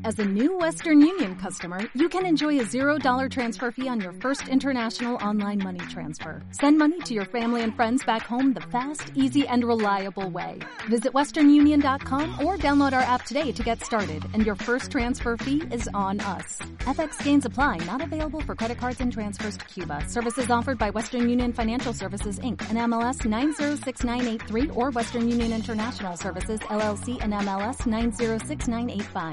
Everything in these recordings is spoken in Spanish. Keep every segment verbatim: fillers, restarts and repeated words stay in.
As a new Western Union customer, you can enjoy a zero dollar transfer fee on your first international online money transfer. Send money to your family and friends back home the fast, easy, and reliable way. Visit western union dot com or download our app today to get started, and your first transfer fee is on us. F X gains apply, not available for credit cards and transfers to Cuba. Services offered by Western Union Financial Services, Incorporated, and M L S nine zero six nine eight three or Western Union International Services, L L C, and M L S nine zero six nine eight five.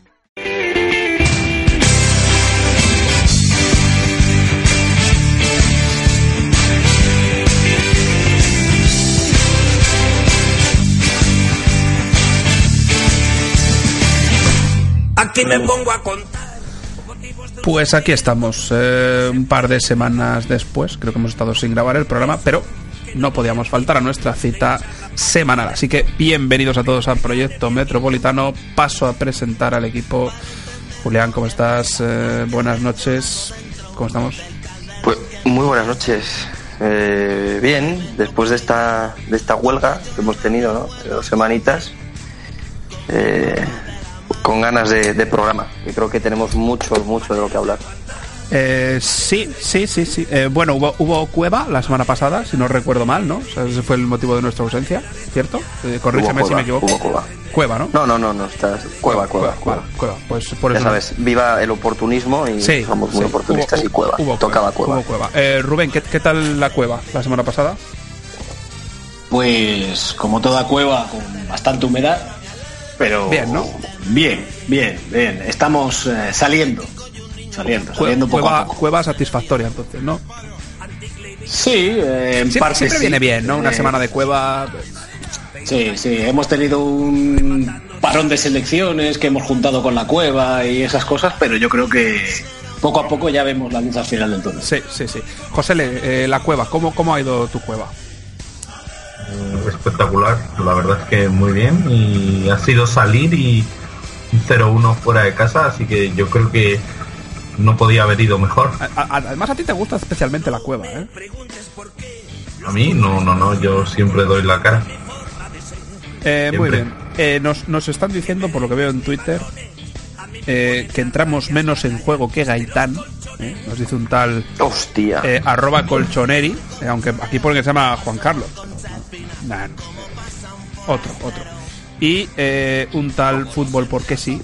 Aquí me pongo a contar. Pues aquí estamos, eh, un par de semanas después. Creo que hemos estado sin grabar el programa, pero no podíamos faltar a nuestra cita semanal. Así que bienvenidos a todos al Proyecto Metropolitano. Paso a presentar al equipo. Julián, ¿cómo estás? Eh, buenas noches. ¿Cómo estamos? Pues muy buenas noches. Eh, bien, después de esta de esta huelga que hemos tenido, ¿no? De dos semanitas. Eh, con ganas de, de programa. Y creo que tenemos mucho, mucho de lo que hablar. Eh, sí, sí, sí, sí. Eh, bueno, hubo, hubo cueva la semana pasada, si no recuerdo mal, ¿no? O sea, ese fue el motivo de nuestra ausencia, ¿cierto? Eh, corrígeme cueva, si me equivoco. Hubo cueva. Cueva, ¿no? No, no, no, no estás... Cueva, cueva, cueva. cueva, cueva. cueva. Pues por ya eso sabes, no. Viva el oportunismo y sí, somos muy sí. oportunistas hubo, y cueva. Hubo Tocaba cueva. cueva. Hubo cueva. Eh, Rubén, ¿qué, ¿qué tal la cueva la semana pasada? Pues como toda cueva, con bastante humedad, pero... Bien, ¿no? Bien, bien, bien. Estamos eh, saliendo. Saliendo, saliendo poco cueva, a poco. Cueva satisfactoria, entonces, ¿no? Sí, eh, en siempre, parte siempre sí. viene bien, ¿no? Una eh, semana de cueva. Sí, sí. Hemos tenido un parón de selecciones que hemos juntado con la cueva y esas cosas, pero yo creo que poco a poco ya vemos la luz al final del túnel. Sí, sí, sí. José, eh, la cueva, ¿cómo, ¿cómo ha ido tu cueva? Espectacular, la verdad es que muy bien. Y ha sido salir y cero uno fuera de casa, así que yo creo que no podía haber ido mejor. A, a, además a ti te gusta especialmente la cueva, ¿eh? A mí no, no, no, yo siempre doy la cara. Eh, muy bien. Eh, nos, nos están diciendo, por lo que veo en Twitter, eh, que entramos menos en juego que Gaitán. ¿eh? Nos dice un tal... Hostia. Eh, arroba colchoneri, eh, aunque aquí pone que se llama Juan Carlos. Nah, no. Otro, otro. Y eh, un tal Fútbol porque sí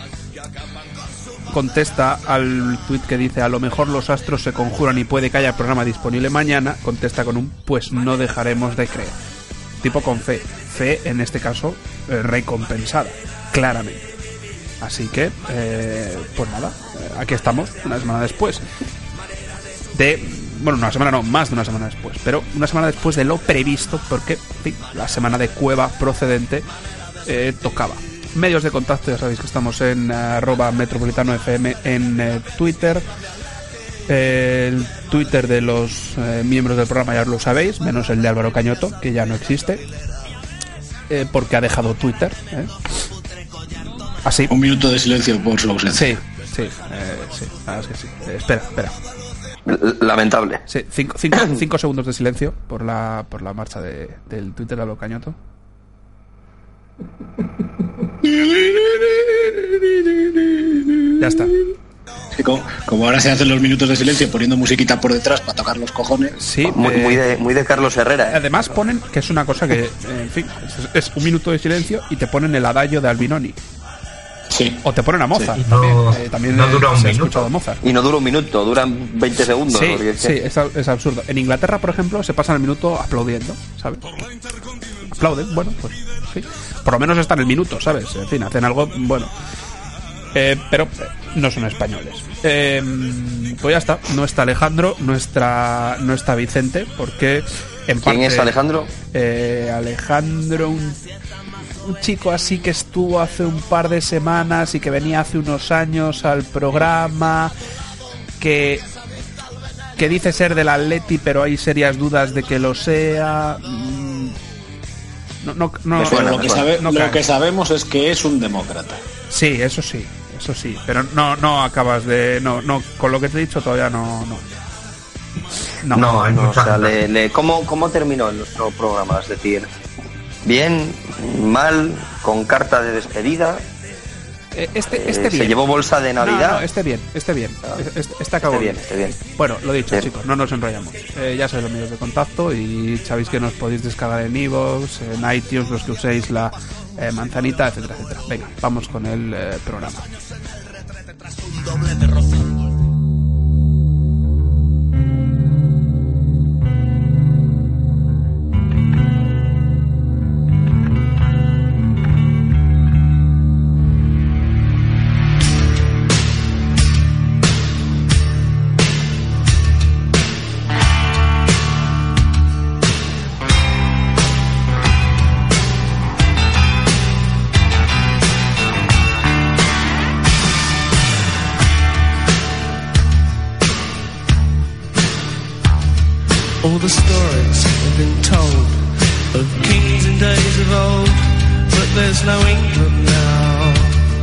contesta al tuit que dice: a lo mejor los astros se conjuran y puede que haya programa disponible mañana. Contesta con un pues no dejaremos de creer. Tipo con fe. Fe, en este caso, eh, recompensada, claramente. Así que, eh, pues nada, eh, aquí estamos, una semana después de... Bueno, una semana no, más de una semana después, pero una semana después de lo previsto, porque en fin, la semana de cueva procedente eh, tocaba. Medios de contacto, ya sabéis que estamos en uh, arroba metropolitano F M en eh, Twitter. Eh, el Twitter de los eh, miembros del programa ya lo sabéis, menos el de Álvaro Cañoto, que ya no existe, eh, porque ha dejado Twitter. ¿eh? Así. Un minuto de silencio por su ausencia. Sí, sí, eh, sí, la verdad es que sí. Eh, espera, espera. Lamentable. Sí, cinco, cinco, cinco segundos de silencio por la por la marcha de, del Twitter de Álvaro Cañoto. Ya está. Sí, como, como ahora se hacen los minutos de silencio poniendo musiquita por detrás para tocar los cojones. Sí, muy, eh, muy, de, muy de Carlos Herrera. ¿eh? Además ponen, que es una cosa que, en fin, es, es un minuto de silencio y te ponen el adagio de Albinoni. Sí. O te ponen a Mozart. Sí. También, No, eh, también no dura un se ha minuto. escuchado Mozart. Y no dura un minuto, duran veinte segundos. Sí, porque es sí, que... es, es absurdo. En Inglaterra, por ejemplo, se pasan el minuto aplaudiendo, ¿sabes? Aplauden, bueno, pues sí. Por lo menos están el minuto, ¿sabes? En fin, hacen algo, bueno. Eh, pero eh, no son españoles. Eh, pues ya está. No está Alejandro, no está, no está Vicente, porque en ¿Quién parte, es Alejandro? Eh, Alejandro, un, un chico así que estuvo hace un par de semanas y que venía hace unos años al programa, que que dice ser del Atleti, pero hay serias dudas de que lo sea. No, no, no, suena, lo, que, sabe, no lo que sabemos es que es un demócrata. Sí, eso sí, eso sí, pero no, no acabas de, no, no, con lo que te he dicho todavía no, no. No, no, hay no, mucha o sea, le, le, ¿cómo, ¿cómo terminó en nuestro programa? Es decir, bien, mal, con carta de despedida. Este, este eh, bien. Se llevó bolsa de Navidad. No, no, este bien, este bien. Ah, este, este acabó este bien, este bien. Bueno, lo dicho, Bien. chicos, no nos enrollamos. Eh, ya sabéis los medios de contacto y sabéis que nos podéis descargar en iVoox, en iTunes, los que uséis la eh, manzanita, etcétera, etcétera. Venga, vamos con el eh, programa. All the stories have been told of kings in days of old, but there's no England now.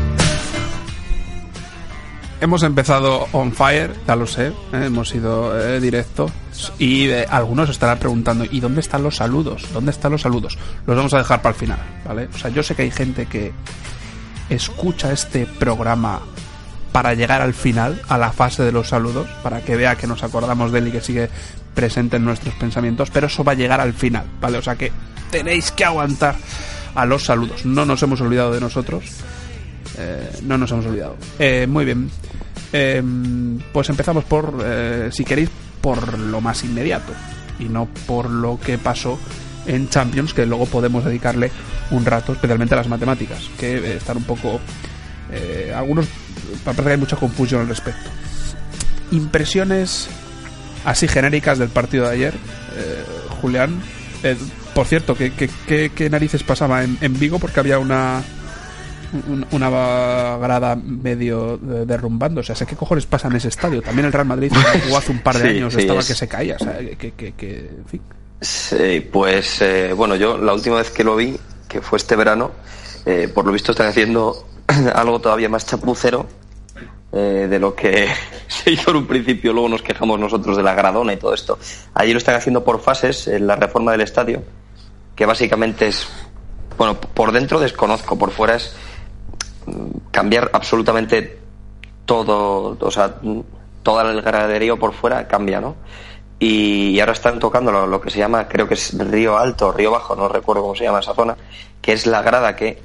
Hemos empezado on fire, ya lo sé, eh, hemos ido eh, directo y eh, algunos estarán preguntando ¿y dónde están los saludos? ¿Dónde están los saludos? Los vamos a dejar para el final, ¿vale? O sea, yo sé que hay gente que escucha este programa para llegar al final, a la fase de los saludos, para que vea que nos acordamos de él y que sigue presente en nuestros pensamientos, pero eso va a llegar al final, ¿vale? O sea que tenéis que aguantar a los saludos. No nos hemos olvidado de nosotros. Eh, no nos hemos olvidado. Eh, muy bien. Eh, pues empezamos por, eh, si queréis, por lo más inmediato y no por lo que pasó en Champions, que luego podemos dedicarle un rato, especialmente a las matemáticas, que eh, están un poco... Eh, algunos, parece que hay mucha confusión al respecto. Impresiones así genéricas del partido de ayer, eh, Julián. Eh, por cierto, ¿qué, qué, qué, qué narices pasaba en, en Vigo? Porque había una una grada medio derrumbando. O sea, sé qué cojones pasa en ese estadio. También el Real Madrid jugó hace un par de sí, años, sí, estaba es... que se caía. O sea, que, que, que, en fin. Sí, pues eh, bueno, yo la última vez que lo vi, que fue este verano, eh, por lo visto están haciendo algo todavía más chapucero eh, de lo que se hizo en un principio. Luego nos quejamos nosotros de la gradona y todo esto. Allí lo están haciendo por fases, en la reforma del estadio, que básicamente es, bueno, por dentro desconozco, por fuera es cambiar absolutamente todo, o sea, todo el graderío por fuera cambia, ¿no? Y, y ahora están tocando lo, lo que se llama, creo que es Río Alto, Río Bajo, no recuerdo cómo se llama esa zona, que es la grada que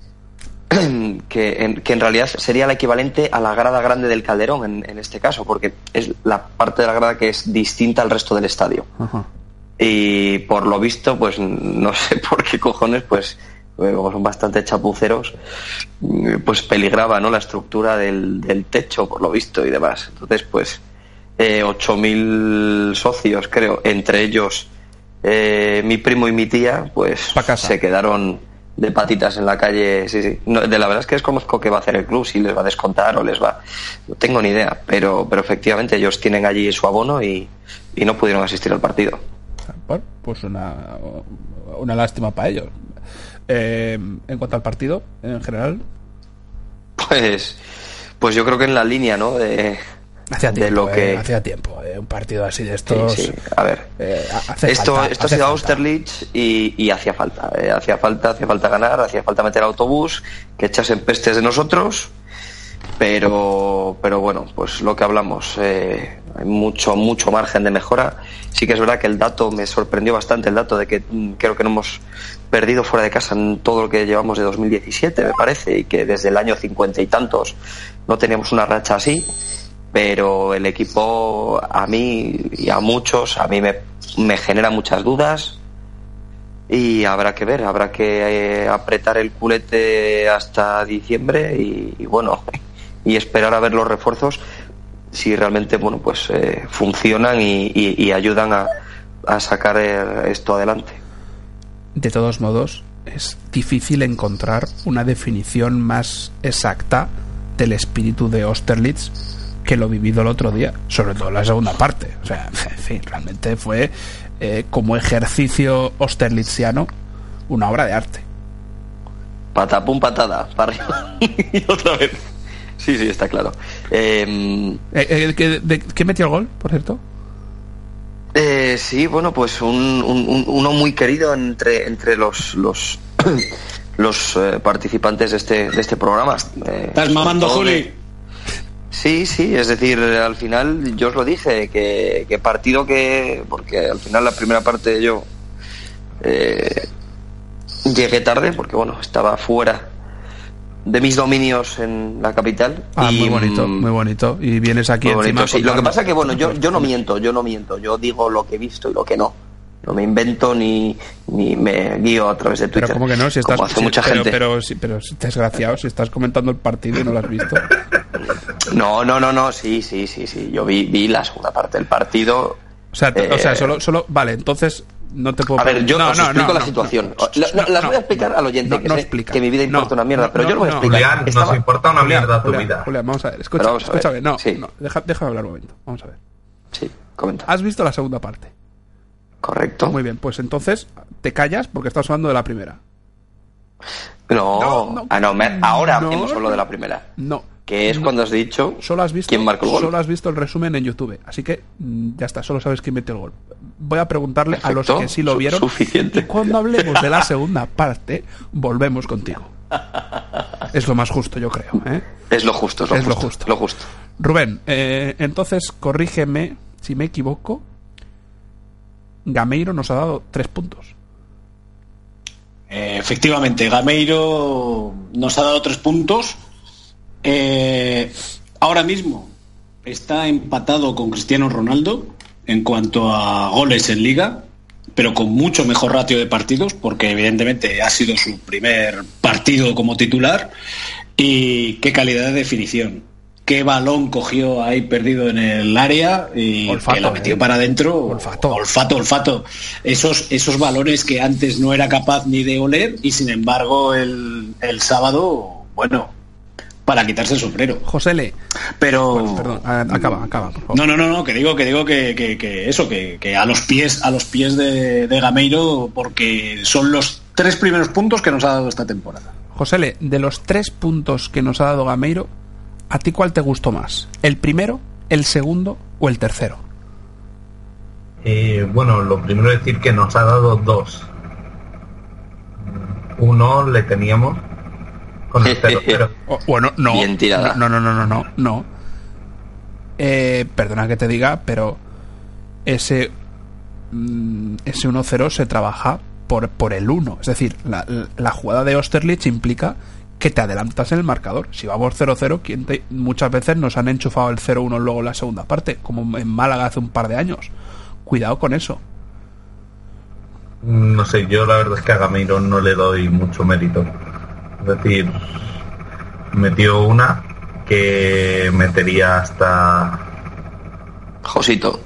que en, que en realidad sería la equivalente a la grada grande del Calderón en, en este caso, porque es la parte de la grada que es distinta al resto del estadio. Ajá. Y por lo visto, pues no sé por qué cojones, pues como son bastante chapuceros, pues peligraba, ¿no?, la estructura del, del techo, por lo visto, y demás. Entonces, pues eh, ocho mil socios, creo, entre ellos eh, mi primo y mi tía, pues se quedaron de patitas en la calle. Sí, sí. No, de la verdad es que desconozco qué va a hacer el club, si les va a descontar o les va... No tengo ni idea, pero, pero efectivamente ellos tienen allí su abono y, y no pudieron asistir al partido. Bueno, pues una, una lástima para ellos. Eh, en cuanto al partido, en general, pues pues yo creo que en la línea, ¿no?, de, hacía tiempo, de lo que eh, hacía tiempo eh, un partido así de estos. Sí, sí. A ver, eh, esto falta, esto ha sido Austerlitz y, y hacía falta, eh, hacía falta, hacía falta ganar, hacía falta meter autobús, que echasen pestes de nosotros, pero pero bueno, pues lo que hablamos, eh, hay mucho mucho margen de mejora. Sí que es verdad que el dato me sorprendió bastante, el dato de que mm, creo que no hemos perdido fuera de casa en todo lo que llevamos de dos mil diecisiete, me parece, y que desde el año cincuenta y tantos no teníamos una racha así. Pero el equipo, a mí y a muchos, a mí me, me genera muchas dudas y habrá que ver, habrá que eh, apretar el culete hasta diciembre y, y bueno, y esperar a ver los refuerzos, si realmente, bueno, pues eh, funcionan y, y, y ayudan a, a sacar esto adelante. De todos modos, es difícil encontrar una definición más exacta del espíritu de Austerlitz que lo vivido el otro día, sobre todo en la segunda parte. O sea, en fin, realmente fue eh, como ejercicio austerlitziano una obra de arte. Patapum patada, para arriba y otra vez. Sí, sí, está claro. Eh, eh, ¿qué, de, ¿Qué metió el gol, por cierto? Eh, sí, bueno, pues un, un, uno muy querido entre entre los los los eh, participantes de este de este programa. Eh, ¿Estás mamando, Juli? De... Sí, sí, es decir, al final yo os lo dije, que, que partido que... Porque al final la primera parte yo eh, llegué tarde, porque bueno, estaba fuera de mis dominios en la capital. Ah, y, muy bonito, muy bonito. Y vienes aquí muy encima... bonito, sí. Lo que pasa que, bueno, yo, yo no miento, yo no miento. Yo digo lo que he visto y lo que no. No me invento ni, ni me guío a través de Twitter. Pero ¿cómo que no? Si estás, como hace si, mucha pero, gente. Pero, pero, pero desgraciado, si estás comentando el partido y no lo has visto. No, no, no, no, sí, sí, sí, sí. Yo vi, vi la segunda parte del partido. O sea, eh, o sea, solo, solo, vale, entonces no te puedo... A ver, yo no, os no, explico no, la no, situación. no, La, la, no, las no, voy a explicar no, al oyente, no, que, no sé explica. que mi vida importa no, una mierda, no, pero no, yo lo voy a no, explicar. Julián, Estaba... nos importa una Julián, mierda tu Julián, vida. Julián, vamos a ver, escucha, vamos a ver. escúchame, no, Sí. no, deja, déjame hablar un momento, vamos a ver. Sí, comenta. ¿Has visto la segunda parte? Correcto. Muy bien, pues entonces te callas porque estás hablando de la primera. No, No, no. ah, no, me- ahora No, hemos hablado no. de la primera. No. Que es No. cuando has dicho Solo has visto, quién marcó el gol. solo has visto el resumen en YouTube, así que mm, ya está, solo sabes quién metió el gol. Voy a preguntarle a los Perfecto, que sí lo su- vieron. suficiente. Y cuando hablemos de la segunda parte, volvemos contigo. Es lo más justo, yo creo, ¿eh? Es lo justo, es lo, Es lo justo, justo. lo justo. Rubén, eh, entonces corrígeme si me equivoco. Gameiro nos ha dado tres puntos. Eh, efectivamente, Gameiro nos ha dado tres puntos. Eh, ahora mismo está empatado con Cristiano Ronaldo en cuanto a goles en Liga, pero con mucho mejor ratio de partidos, porque evidentemente ha sido su primer partido como titular. Y qué calidad de definición. Qué balón cogió ahí perdido en el área y Olfato, que la metió eh. para adentro. Olfato. olfato, olfato. Esos, esos balones que antes no era capaz ni de oler y sin embargo el, el sábado, bueno, para quitarse el sombrero. Josele, Pero bueno, perdón, a- acaba, acaba, por favor. no, no, no, no, que digo, que digo que, que, que eso, que, que a los pies, a los pies de, de Gameiro, porque son los tres primeros puntos que nos ha dado esta temporada. Josele, de los tres puntos que nos ha dado Gameiro, ¿a ti cuál te gustó más? ¿El primero, el segundo o el tercero? Eh, bueno, lo primero es decir que nos ha dado dos. Uno le teníamos con el cero cero. O- bueno, no. Bien tirada. No, no, no, no, no, no. Eh, perdona que te diga, pero ese mm, ese uno cero se trabaja por, por el uno. Es decir, la, la jugada de Osterlich implica que te adelantas en el marcador. Si vamos cero cero, ¿quién te- muchas veces nos han enchufado el cero uno luego en la segunda parte, como en Málaga hace un par de años. Cuidado con eso. No sé, yo la verdad es que a Gameiro no le doy mucho mérito. Es decir, metió una que metería hasta... Josito.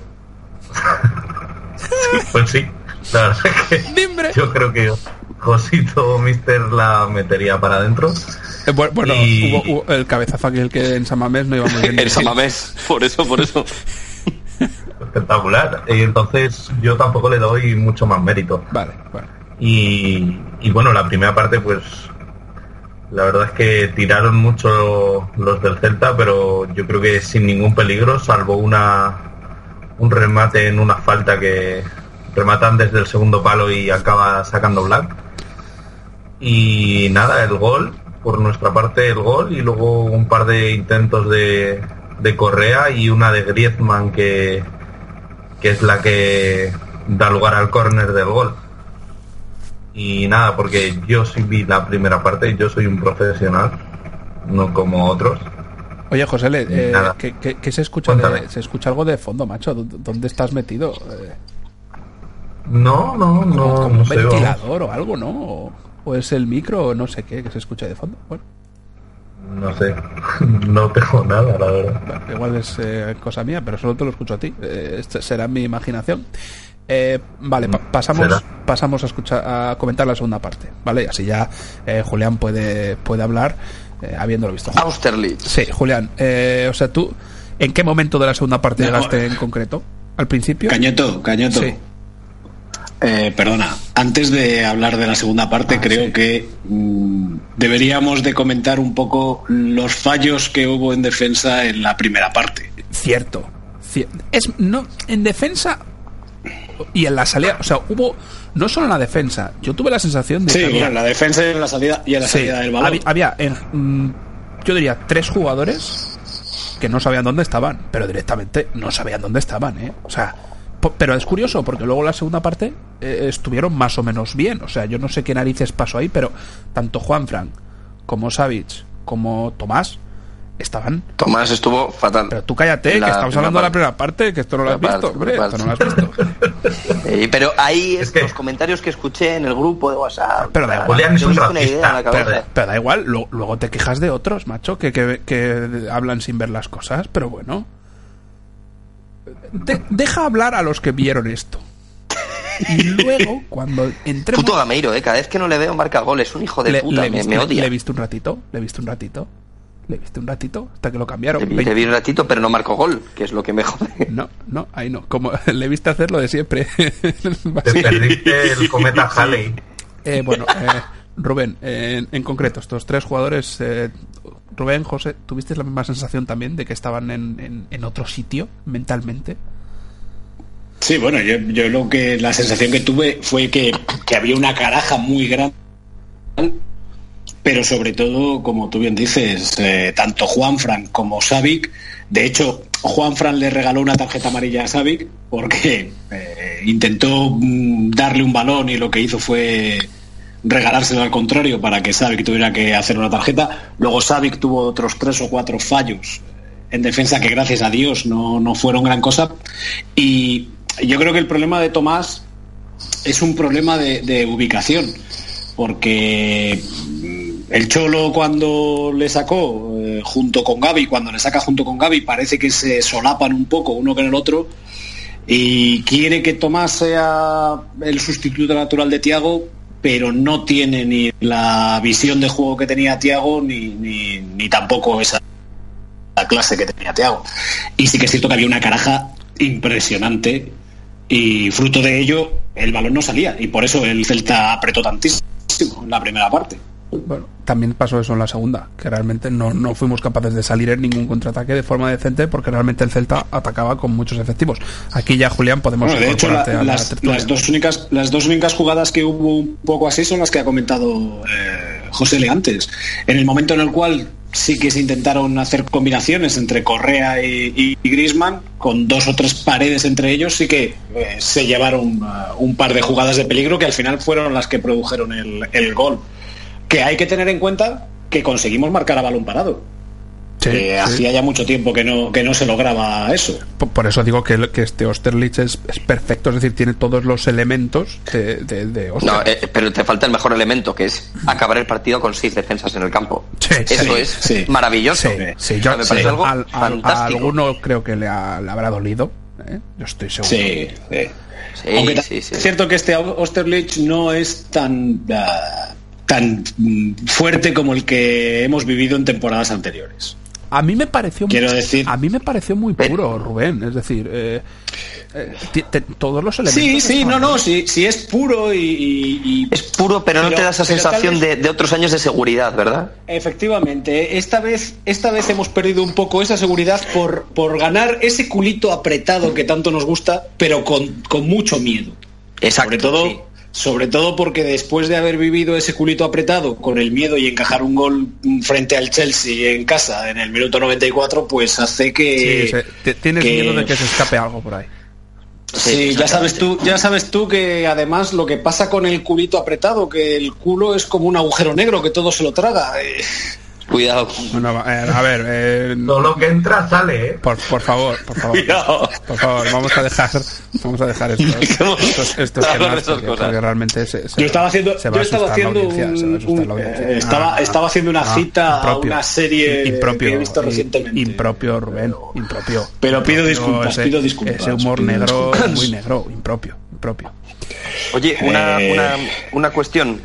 Sí, pues sí, la verdad es que ¡Dimbre! yo creo que Josito Mister la metería para adentro. Eh, bu- Bueno, Y- hubo, hubo el cabezazo aquel que en San Mamés no iba muy bien. El Samamés, por eso, por eso. Espectacular. Y entonces yo tampoco le doy mucho más mérito. Vale, bueno. Y, y bueno, la primera parte pues la verdad es que tiraron mucho los del Celta, pero yo creo que sin ningún peligro, salvo una un remate en una falta que rematan desde el segundo palo y acaba sacando Black. Y nada, el gol, por nuestra parte el gol, y luego un par de intentos de, de Correa y una de Griezmann que, que es la que da lugar al córner del gol. Y nada, porque yo sí vi la primera parte, yo soy un profesional, no como otros. Oye, José, le- eh, Nada. ¿qué, qué- qué se escucha? de- Cuéntame. se escucha algo de fondo, macho. ¿Dó- ¿Dónde estás metido? Eh, No, no, como, no, como no un sé. vamos. ventilador o algo, ¿no? O, o es el micro o no sé qué que se escucha de fondo. Bueno, No sé, no tengo nada, la verdad. bueno, igual es eh, cosa mía, pero solo te lo escucho a ti. Eh, este será mi imaginación. Eh, vale, pa- pasamos ¿Será? pasamos a escuchar a comentar la segunda parte, ¿vale? Así ya eh, Julián puede puede hablar eh, habiéndolo visto. Austerlitz. Sí, Julián. Eh, o sea, tú, ¿en qué momento de la segunda parte No, llegaste en concreto? ¿Al principio? Cañoto, Cañoto. Sí. Eh, perdona, antes de hablar de la segunda parte, Ah, creo sí. que mm, deberíamos de comentar un poco los fallos que hubo en defensa en la primera parte. Cierto. Cier- es no en defensa y en la salida, o sea, hubo, no solo en la defensa, yo tuve la sensación de sí, que había, en la defensa y en la salida, y en la sí, salida del balón. había, había en, mm, yo diría, tres jugadores que no sabían dónde estaban, pero directamente no sabían dónde estaban, ¿eh? O sea, po- pero es curioso, porque luego la segunda parte eh, estuvieron más o menos bien, o sea, yo no sé qué narices pasó ahí, pero tanto Juanfran como Savic como Tomás estaban... Tomás estuvo fatal. Pero tú cállate, La que estamos hablando de la primera primera parte, que esto no lo has Primera visto, parte, hombre, primera esto no lo has visto. Eh, pero ahí Es es que- los comentarios que escuché en el grupo de WhatsApp. Pero da igual. Julián es yo un me hice una idea en la racista, cabeza. pero- Pero da igual, lo- luego te quejas de otros, macho, que, que, que hablan sin ver las cosas, pero bueno. De- deja hablar a los que vieron esto. Y luego, cuando entremos... Puto Gameiro, eh, cada vez que no le veo marca gol, es un hijo de le, puta, le he me, visto, me le- odia. le he visto un ratito, le he visto un ratito, le he visto un ratito, hasta que lo cambiaron. Le vi, Ve- le vi un ratito, pero no marcó gol, que es lo que me jode. No, no, ahí no. Como le he visto hacer lo de siempre. Te perdiste el cometa Halley. Eh, bueno, eh, Rubén, eh, en, en concreto, estos tres jugadores, eh, Rubén, José, ¿tuviste la misma sensación también de que estaban en, en, en otro sitio mentalmente? Sí, bueno, yo, yo lo que la sensación que tuve fue que, que había una caraja muy grande, pero sobre todo, como tú bien dices, eh, tanto Juanfran como Savic, de hecho, Juanfran le regaló una tarjeta amarilla a Savic porque eh, intentó mm, darle un balón y lo que hizo fue regalárselo al contrario para que Savic tuviera que hacer una tarjeta. Luego Savic tuvo otros tres o cuatro fallos en defensa que gracias a Dios no, no fueron gran cosa. Y yo creo que el problema de Tomás es un problema de, de ubicación, porque el Cholo cuando le sacó eh, junto con Gavi, cuando le saca junto con Gavi, parece que se solapan un poco uno con el otro, y quiere que Tomás sea el sustituto natural de Thiago, pero no tiene ni la visión de juego que tenía Thiago, ni, ni, ni tampoco esa la clase que tenía Thiago. Y sí que es cierto que había una caraja impresionante, y fruto de ello el balón no salía, y por eso el Celta apretó tantísimo en la primera parte. Bueno, también pasó eso en la segunda, que realmente no, no fuimos capaces de salir en ningún contraataque de forma decente, porque realmente el Celta atacaba con muchos efectivos. Aquí ya, Julián, podemos Bueno, de hecho, incorporarte la, a la las, tertulia. las dos únicas las dos únicas jugadas que hubo un poco así son las que ha comentado eh, José Le antes. En el momento en el cual sí que se intentaron hacer combinaciones entre Correa y, y, y Griezmann, con dos o tres paredes entre ellos, sí que eh, se llevaron uh, un par de jugadas de peligro que al final fueron las que produjeron el, el gol. Que hay que tener en cuenta que conseguimos marcar a balón parado. Sí, Eh, sí. Hacía ya mucho tiempo que no que no se lograba eso. Por, por eso digo que, el- que este Austerlitz es, es perfecto, es decir, tiene todos los elementos de, de, de Austerlitz. No, eh, pero te falta el mejor elemento, que es acabar el partido con seis defensas en el campo. Sí, Eso sí, es sí. maravilloso. Sí, sí, O yo sea, me parece sí, algo al- al- a fantástico. alguno creo que le, ha- le habrá dolido, ¿eh? Yo estoy seguro. Sí, sí. Sí, Aunque sí, sí. es cierto que este Austerlitz no es tan uh, tan mm, fuerte como el que hemos vivido en temporadas anteriores. A mí me pareció Quiero muy, decir- a mí me pareció muy puro, Rubén, es decir, eh, eh, ti- te- todos los elementos. Sí, sí, no, estaban no, bien. sí, sí es puro y, y- y- Es puro, pero, no Pero- te da esa pero tal sensación vez- de, de otros años de seguridad, ¿verdad? efectivamente, esta vez, esta vez hemos perdido un poco esa seguridad por, por ganar ese culito apretado que tanto nos gusta, pero con, con mucho miedo. Exacto. Sobre todo, sí. sobre todo porque después de haber vivido ese culito apretado con el miedo y encajar un gol frente al Chelsea en casa en el minuto noventa y cuatro, pues hace que... Sí, se- te- tienes que- miedo de que se escape algo por ahí. Sí, ya sabes tú, ya sabes tú que además lo que pasa con el culito apretado, que el culo es como un agujero negro que todo se lo traga. eh. Cuidado. Bueno, eh, a ver, eh, Todo lo que entra sale, ¿eh? por, por favor, por favor, Cuidado. por favor, vamos a dejar, vamos a dejar estos, estos, estos Hablar de temas esas porque, cosas. porque realmente se, se- Yo estaba haciendo, se va yo a estaba asustar la haciendo audiencia, se va a un- asustar la un- audiencia. eh, estaba, Ah, estaba haciendo una ah, cita impropio, a una serie impropio, que he visto i- recientemente. impropio, Rubén, impropio. Pero pido Impropio, disculpas, ese, pido disculpas, ese humor pido negro, disculpas. muy negro, impropio, impropio. Oye, una, Eh. una, una cuestión.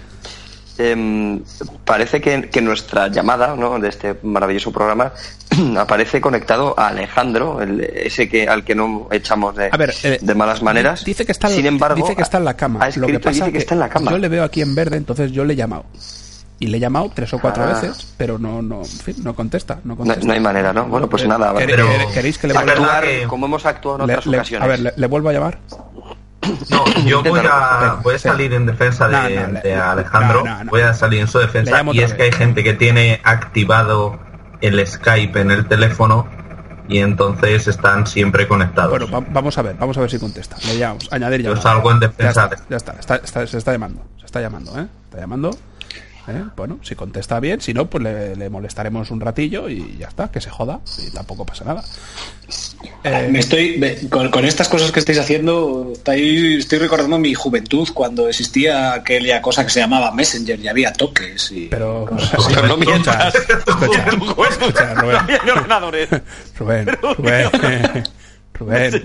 Em, parece que, que nuestra llamada, ¿no?, de este maravilloso programa aparece conectado a Alejandro, el, ese que al que no echamos de, A ver, eh, de malas maneras. Dice que está, en- Sin embargo, dice que está en la cama. ha Lo escrito que y pasa dice es que está en la cama. yo le veo aquí en verde, entonces yo le he llamado. Y le he llamado tres o cuatro Ah. veces, pero no, no, en fin, no contesta, no No, contesta. no hay manera, ¿no? Bueno, pues Eh, nada. ¿quere- Pero- quere- ¿Queréis que le Es vuelva a verdad llamar? Actuar que- como hemos actuado en Le- otras le- ocasiones. a ver, le, le vuelvo a llamar. No, yo voy a, Venga, voy a sí. salir en defensa de, No, no, de le- Alejandro. no, no, no. Voy a salir en su Le defensa. llamo Y otra es vez. que hay gente que tiene activado el Skype en el teléfono y entonces están siempre conectados. Bueno, va- vamos a ver, vamos a ver si contesta. Le llamamos, añadir Yo llamada. salgo en Ya defensa. está, ya está, está- está- se está llamando, se está llamando, ¿eh? Está llamando. ¿eh? Bueno, si contesta bien, si no, pues le, le molestaremos un ratillo y ya está, que se joda, y tampoco pasa nada. Eh, Me estoy me- con, con estas cosas que estáis haciendo, estoy, estoy recordando mi juventud cuando existía aquella cosa que se llamaba Messenger y había toques y Pero, cosas así. Pero no escucha, mientas. escucha, escucha, Rubén, No había ordenadores. Rubén, Rubén, Rubén,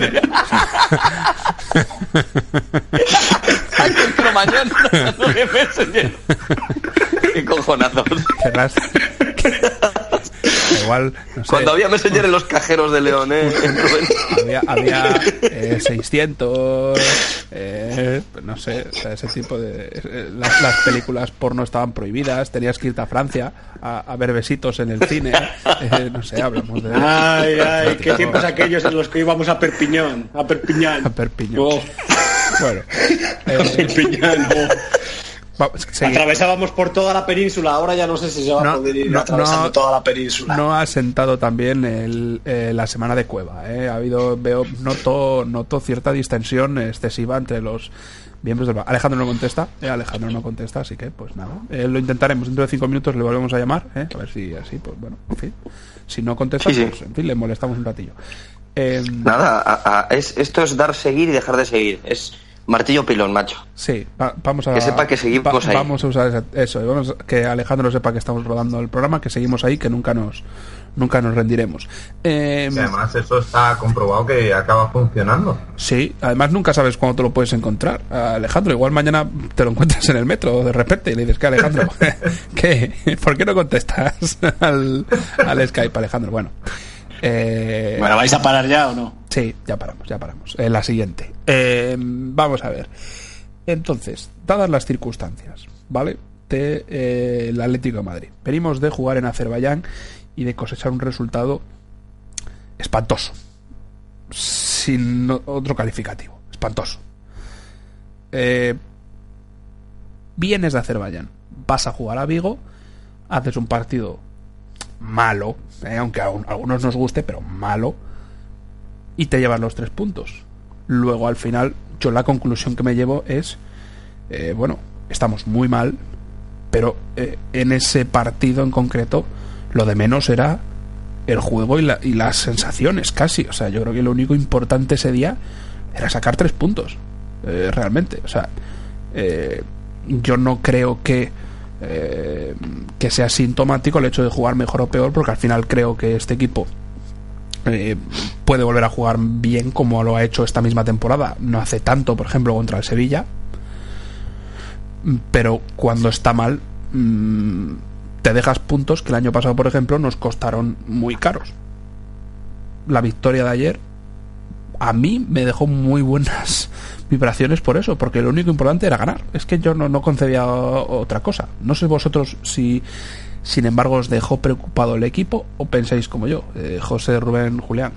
Ay, qué cromañón. No de Messenger. Qué cojonazos. querrás, que- igual, no sé, Cuando había Messenger en los cajeros de León, ¿eh? había, había eh, seiscientos, eh, no sé, o sea, ese tipo de... eh, las, las películas porno estaban prohibidas, tenías que irte a Francia a, a ver besitos en el cine, eh, no sé, hablamos de... Ay, ay, qué tiempos aquellos en los que íbamos a Perpiñón, a Perpiñán. A Perpiñón. Oh, Bueno, a eh, Perpiñán, oh. vamos, seguir. Atravesábamos por toda la península, ahora ya no sé si se va No, a poder ir no, atravesando no, toda la península. No ha sentado también el, eh, la semana de Cueva. Eh. Ha habido, veo, noto, noto cierta distensión excesiva entre los miembros del... Alejandro no contesta, eh, Alejandro no contesta, así que pues nada. Eh, lo intentaremos dentro de cinco minutos, le volvemos a llamar, eh, a ver si así, pues bueno, en fin. Si no contesta, Sí, sí. pues en fin, le molestamos un ratillo. Eh, Nada, a- a- es, esto es dar seguir y dejar de seguir. Es martillo pilón, macho. Sí, va- vamos a... Que sepa que seguimos ahí. Vamos a usar esa- eso, y vamos a- que Alejandro sepa que estamos rodando el programa, que seguimos ahí, que nunca nos nunca nos rendiremos. Eh, Y además eso está comprobado que acaba funcionando. sí, además nunca sabes cuándo te lo puedes encontrar, Alejandro. Igual mañana te lo encuentras en el metro de repente y le dices, ¿qué, Alejandro? ¿Qué? ¿Por qué no contestas al, al Skype, Alejandro? Bueno. Eh, Bueno, ¿vais a parar ya o no? Sí, ya paramos, ya paramos. Eh, la siguiente. Eh, vamos a ver. Entonces, dadas las circunstancias, ¿vale? De eh, el Atlético de Madrid. Venimos de jugar en Azerbaiyán y de cosechar un resultado espantoso. Sin otro calificativo. Espantoso. Eh, vienes de Azerbaiyán. Vas a jugar a Vigo. Haces un partido malo, eh, aunque a algunos nos guste, pero malo, y te llevas los tres puntos. Luego al final yo la conclusión que me llevo es eh, bueno, estamos muy mal, pero eh, en ese partido en concreto lo de menos era el juego y, la, y las sensaciones casi. O sea, yo creo que lo único importante ese día era sacar tres puntos, eh, realmente. O sea, eh, yo no creo que Eh, que sea sintomático el hecho de jugar mejor o peor, porque al final creo que este equipo eh, puede volver a jugar bien como lo ha hecho esta misma temporada. No hace tanto, por ejemplo, contra el Sevilla, pero cuando está mal mmm, te dejas puntos que el año pasado, por ejemplo, nos costaron muy caros. La victoria de ayer a mí me dejó muy buenas vibraciones por eso, porque lo único importante era ganar. Es que yo no, no concebía otra cosa. No sé vosotros si, sin embargo, os dejó preocupado el equipo o pensáis como yo, eh, José, Rubén, Julián.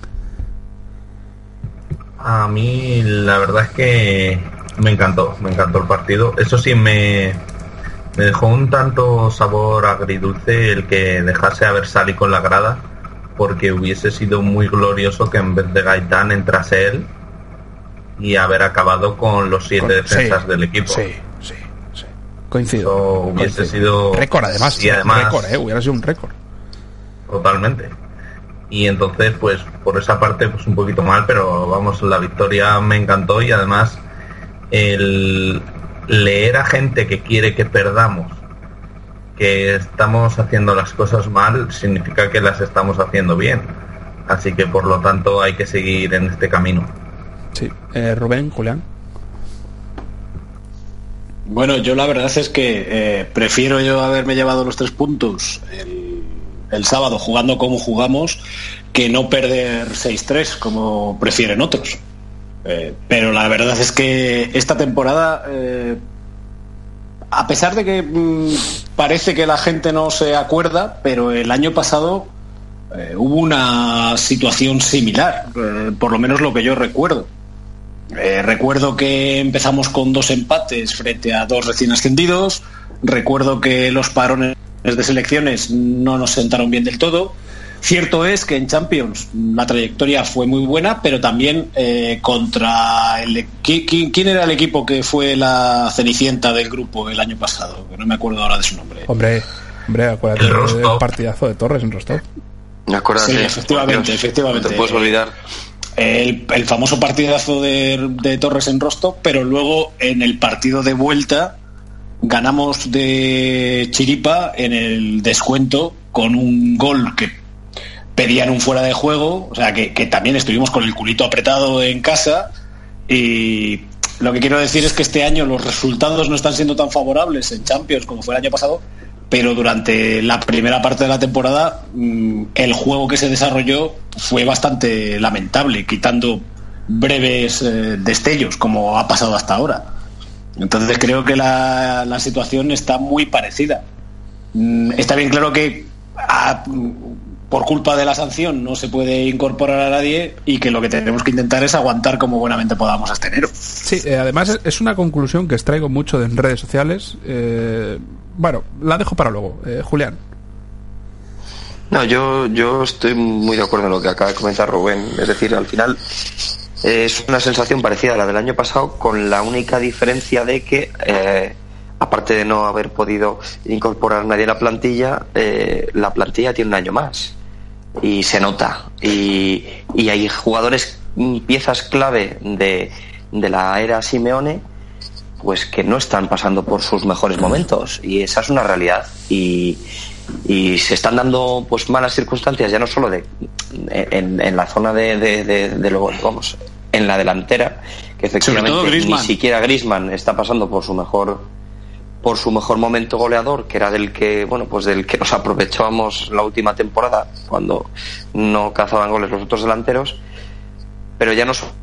A mí la verdad es que me encantó, me encantó el partido. Eso sí, me, me dejó un tanto sabor agridulce el que dejase a Versali con la grada, porque hubiese sido muy glorioso que en vez de Gaitán entrase él y haber acabado con los siete Con- defensas sí, del equipo. Sí, sí, sí. Coincido. Eso hubiese Coincido. sido... récord, además. Y además récord, eh, hubiera sido un récord. Totalmente. Y entonces, pues, por esa parte, pues un poquito mal, pero vamos, la victoria me encantó y además el leer a gente que quiere que perdamos, que estamos haciendo las cosas mal, significa que las estamos haciendo bien. Así que, por lo tanto, hay que seguir en este camino. Sí. Eh, Rubén, Julián. Bueno, yo la verdad es que eh, prefiero yo haberme llevado los tres puntos el, el sábado jugando como jugamos que no perder seis tres como prefieren otros. Eh, pero la verdad es que esta temporada, eh, a pesar de que mmm, parece que la gente no se acuerda, pero el año pasado eh, hubo una situación similar, eh, por lo menos lo que yo recuerdo. Eh, recuerdo que empezamos con dos empates frente a dos recién ascendidos. Recuerdo que los parones de selecciones no nos sentaron bien del todo. Cierto es que en Champions la trayectoria fue muy buena, pero también eh, contra el... ¿quién, ¿Quién era el equipo que fue la cenicienta del grupo el año pasado? Que no me acuerdo ahora de su nombre. Hombre, hombre, acuérdate del partidazo de Torres en Rostov. Me acuerdo. Sí, efectivamente, efectivamente. No te puedes olvidar. El, el famoso partidazo de, de Torres en Rostov, pero luego en el partido de vuelta ganamos de chiripa en el descuento con un gol que pedían un fuera de juego, o sea que, que también estuvimos con el culito apretado en casa. Y lo que quiero decir es que este año los resultados no están siendo tan favorables en Champions como fue el año pasado, pero durante la primera parte de la temporada el juego que se desarrolló fue bastante lamentable, quitando breves eh, destellos como ha pasado hasta ahora. Entonces creo que la, la situación está muy parecida. Está bien claro que a, por culpa de la sanción no se puede incorporar a nadie y que lo que tenemos que intentar es aguantar como buenamente podamos hasta enero. Sí, eh, además es una conclusión que extraigo mucho en redes sociales. Eh, bueno, la dejo para luego. Eh, Julián. No, yo, yo estoy muy de acuerdo en lo que acaba de comentar Rubén. Es decir, al final eh, es una sensación parecida a la del año pasado, con la única diferencia de que, eh, aparte de no haber podido incorporar a nadie a la plantilla, eh, la plantilla tiene un año más. Y se nota. Y, y hay jugadores, piezas clave de, de la era Simeone, pues que no están pasando por sus mejores momentos. Y esa es una realidad. Y... y se están dando pues malas circunstancias, ya no solo de en, en la zona de, de, de, de lo, vamos, en la delantera, que efectivamente ni siquiera Griezmann está pasando por su mejor por su mejor momento goleador, que era del que bueno pues del que nos aprovechábamos la última temporada cuando no cazaban goles los otros delanteros, pero ya no so-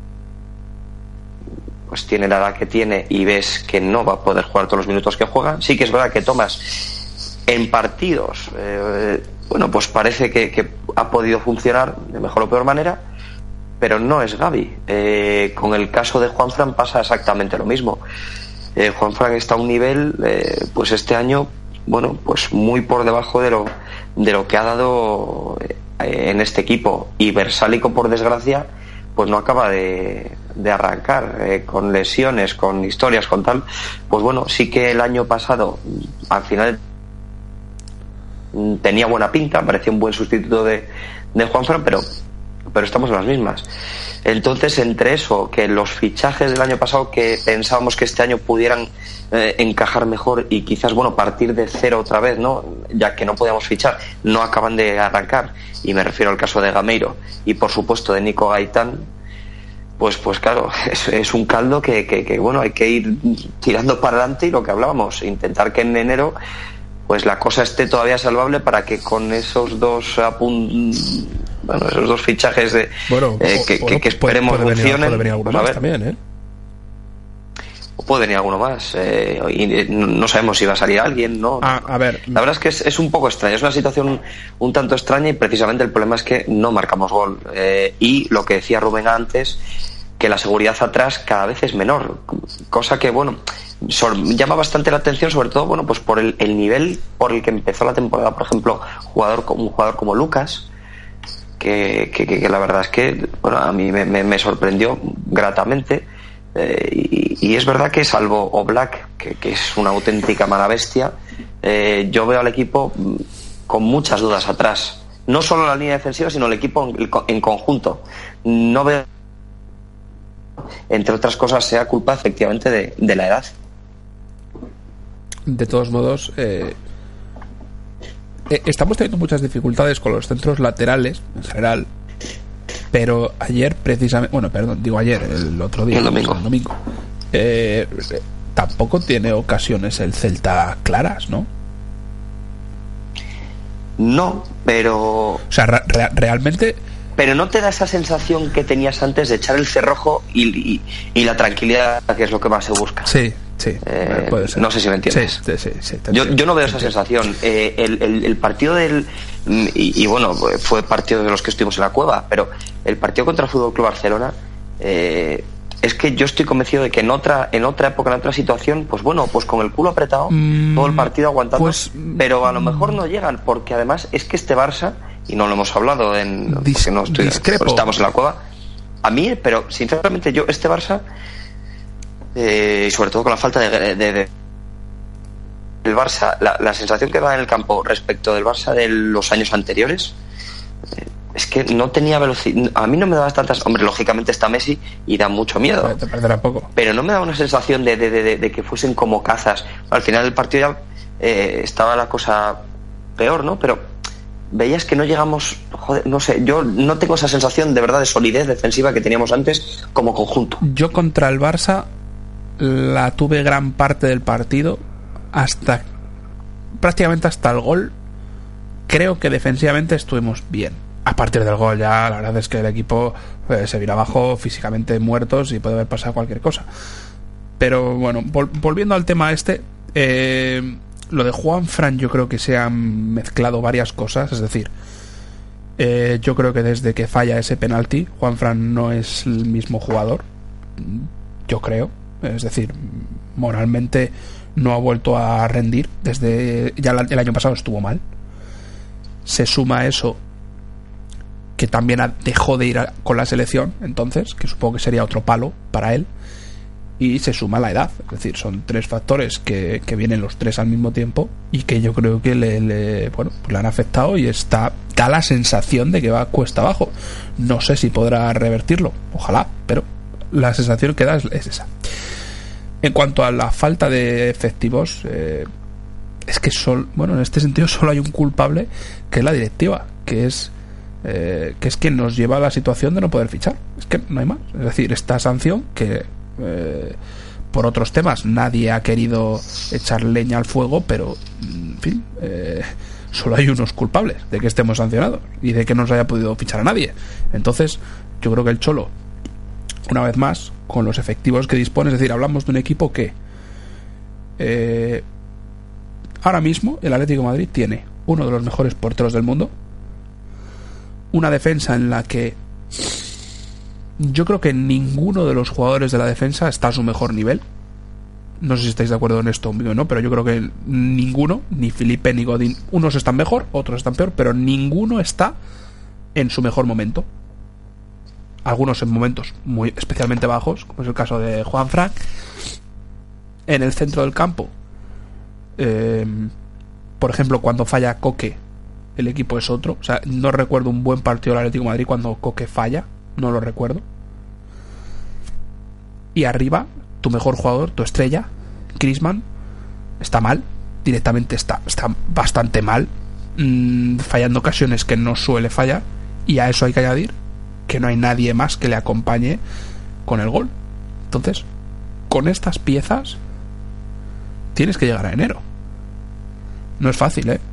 pues tiene la edad que tiene y ves que no va a poder jugar todos los minutos que juega. Sí que es verdad que Thomas en partidos, eh, bueno, pues parece que, que ha podido funcionar de mejor o peor manera, pero no es Gavi. Eh, con el caso de Juanfran pasa exactamente lo mismo. Eh, Juanfran está a un nivel, eh, pues este año, bueno, pues muy por debajo de lo de lo que ha dado eh, en este equipo. Y Versálico, por desgracia, pues no acaba de, de arrancar, eh, con lesiones, con historias, con tal. Pues bueno, sí que el año pasado, al final tenía buena pinta, parecía un buen sustituto de, de Juanfran, pero, pero estamos en las mismas. Entonces, entre eso, que los fichajes del año pasado que pensábamos que este año pudieran eh, encajar mejor y quizás, bueno, partir de cero otra vez, ¿no? Ya que no podíamos fichar, no acaban de arrancar, y me refiero al caso de Gameiro y por supuesto de Nico Gaitán, pues pues claro, es, es un caldo que, que, que bueno, hay que ir tirando para adelante, y lo que hablábamos, intentar que en enero pues la cosa esté todavía salvable, para que con esos dos apun- bueno, esos dos fichajes de bueno, eh, que, bueno, que, que esperemos puede, puede funcionen. Venir, puede venir alguno pues, más también, ¿eh? O puede venir alguno más. Eh, y no sabemos si va a salir alguien, ¿no? Ah, a ver. La verdad es que es, es un poco extraña, es una situación un tanto extraña, y precisamente el problema es que no marcamos gol. Eh, y lo que decía Rubén antes, que la seguridad atrás cada vez es menor, cosa que, bueno, llama bastante la atención, sobre todo, bueno, pues por el, el nivel por el que empezó la temporada, por ejemplo, jugador un jugador como Lucas, que, que, que la verdad es que, bueno, a mí me, me, me sorprendió gratamente, eh, y, y es verdad que salvo Oblak, que, que es una auténtica mala bestia, eh, yo veo al equipo con muchas dudas atrás, no solo la línea defensiva, sino el equipo en, en conjunto. No veo, entre otras cosas, sea culpa efectivamente de, de la edad. De todos modos, eh, eh, estamos teniendo muchas dificultades con los centros laterales en general, pero ayer precisamente, bueno, perdón, digo ayer, el otro día, el domingo, el domingo eh, eh, tampoco tiene ocasiones el Celta claras, ¿no? No, pero... O sea, re- re- realmente... Pero no te da esa sensación que tenías antes de echar el cerrojo y, y, y la tranquilidad, que es lo que más se busca. Sí, sí, eh, puede ser. No sé si me entiendes. Sí, sí, sí, sí, yo, yo no veo esa sensación. Eh, el, el, el partido del... Y, y bueno, fue partido de los que estuvimos en la cueva, pero el partido contra el Fútbol Club Barcelona, eh, es que yo estoy convencido de que en otra en otra época, en otra situación, pues bueno, pues con el culo apretado, mm, todo el partido aguantando, pues, pero a lo mejor no llegan, porque además es que este Barça, y no lo hemos hablado en dis- porque no estoy, discrepo. estamos en la cueva, a mí, pero sinceramente yo este Barça, eh, y sobre todo con la falta de, de, de el Barça, la, la sensación que da en el campo respecto del Barça de los años anteriores, eh, es que no tenía velocidad. A mí no me daba tantas. Hombre, lógicamente está Messi y da mucho miedo. Te perderá poco. Pero no me daba una sensación de, de, de, de que fuesen como cazas. Al final del partido ya eh, estaba la cosa peor, ¿no? Pero veías que no llegamos. Joder, no sé. Yo no tengo esa sensación de verdad de solidez defensiva que teníamos antes como conjunto. Yo contra el Barça la tuve gran parte del partido. Hasta prácticamente hasta el gol, creo que defensivamente estuvimos bien. A partir del gol ya la verdad es que el equipo eh, se vino abajo físicamente muertos y puede haber pasado cualquier cosa. Pero bueno, vol- volviendo al tema este, eh, lo de Juanfran, yo creo que se han mezclado varias cosas. Es decir, eh, yo creo que desde que falla ese penalti, Juanfran no es el mismo jugador, yo creo. Es decir, moralmente no ha vuelto a rendir desde ya el año pasado estuvo mal. Se suma a eso que también dejó de ir a, con la selección, entonces, que supongo que sería otro palo para él, y se suma la edad. Es decir, son tres factores que, que vienen los tres al mismo tiempo y que yo creo que le, le bueno, pues le han afectado y está da la sensación de que va cuesta abajo. No sé si podrá revertirlo, ojalá, pero la sensación que da es, es esa. En cuanto a la falta de efectivos, eh, es que sol, bueno, en este sentido solo hay un culpable, que es la directiva, que es eh, que es quien nos lleva a la situación de no poder fichar. Es que no hay más. Es decir, esta sanción que eh, por otros temas nadie ha querido echar leña al fuego, pero en fin, eh, solo hay unos culpables de que estemos sancionados y de que no se haya podido fichar a nadie. Entonces, yo creo que el Cholo, una vez más, con los efectivos que dispone, es decir, hablamos de un equipo que eh, ahora mismo el Atlético de Madrid tiene uno de los mejores porteros del mundo, una defensa en la que yo creo que ninguno de los jugadores de la defensa está a su mejor nivel. No sé si estáis de acuerdo en esto conmigo o no, pero yo creo que ninguno, ni Felipe ni Godín, unos están mejor, otros están peor, pero ninguno está en su mejor momento. Algunos en momentos muy especialmente bajos, como es el caso de Juanfran. En el centro del campo, eh, por ejemplo, cuando falla Coque, el equipo es otro. O sea, no recuerdo un buen partido del Atlético de Madrid cuando Coque falla, no lo recuerdo. Y arriba, tu mejor jugador, tu estrella, Griezmann, está mal, directamente está, está bastante mal, mmm, fallando ocasiones que no suele fallar, y a eso hay que añadir que no hay nadie más que le acompañe con el gol. Entonces, con estas piezas tienes que llegar a enero. No es fácil, ¿eh?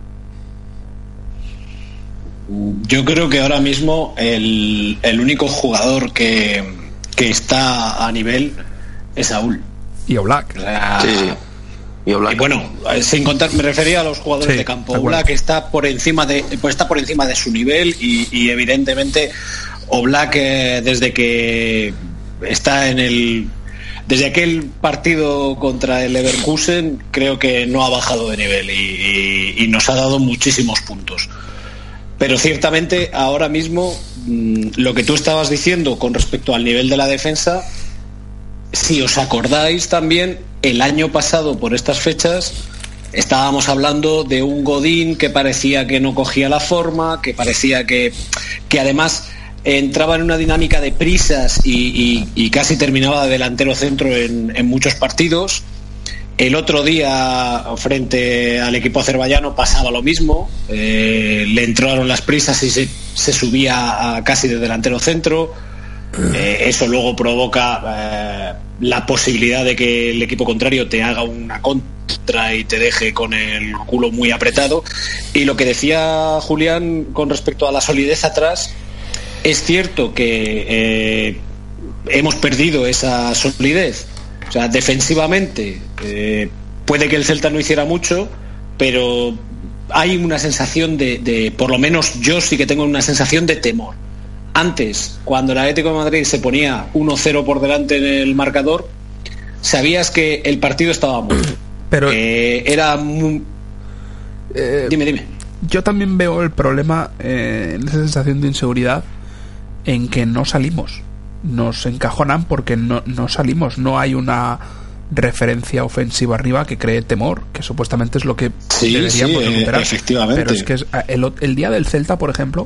Yo creo que ahora mismo el, el único jugador que, que está a nivel es Saúl. Y Oblak. O sea, sí, sí. Y, Oblak. Y bueno, sin contar, me refería a los jugadores sí, de campo. Oblak está por encima de, pues está por encima de su nivel y, y evidentemente Oblak eh, desde que está en el desde aquel partido contra el Leverkusen creo que no ha bajado de nivel y, y, y nos ha dado muchísimos puntos. Pero ciertamente ahora mismo mmm, lo que tú estabas diciendo con respecto al nivel de la defensa, si os acordáis también, el año pasado por estas fechas estábamos hablando de un Godín que parecía que no cogía la forma, que parecía que, que además entraba en una dinámica de prisas y, y, y casi terminaba de delantero centro en, en muchos partidos. El otro día frente al equipo azerbaiyano pasaba lo mismo, eh, le entraron las prisas y se, se subía a casi de delantero centro. Eh, eso luego provoca eh, la posibilidad de que el equipo contrario te haga una contra y te deje con el culo muy apretado. Y lo que decía Julián con respecto a la solidez atrás, es cierto que eh, hemos perdido esa solidez. O sea, defensivamente eh, puede que el Celta no hiciera mucho, pero hay una sensación de, de, por lo menos yo sí que tengo una sensación de temor antes, cuando el Atlético de Madrid se ponía uno cero por delante en el marcador, sabías que el partido estaba muerto. Pero eh, era muy... eh, dime, dime. Yo también veo el problema eh, en esa sensación de inseguridad en que no salimos. Nos encajonan porque no, no salimos. No hay una referencia ofensiva arriba que cree temor, que supuestamente es lo que sí, deberíamos sí, recuperar. Efectivamente. Pero es que es, el, el día del Celta, por ejemplo,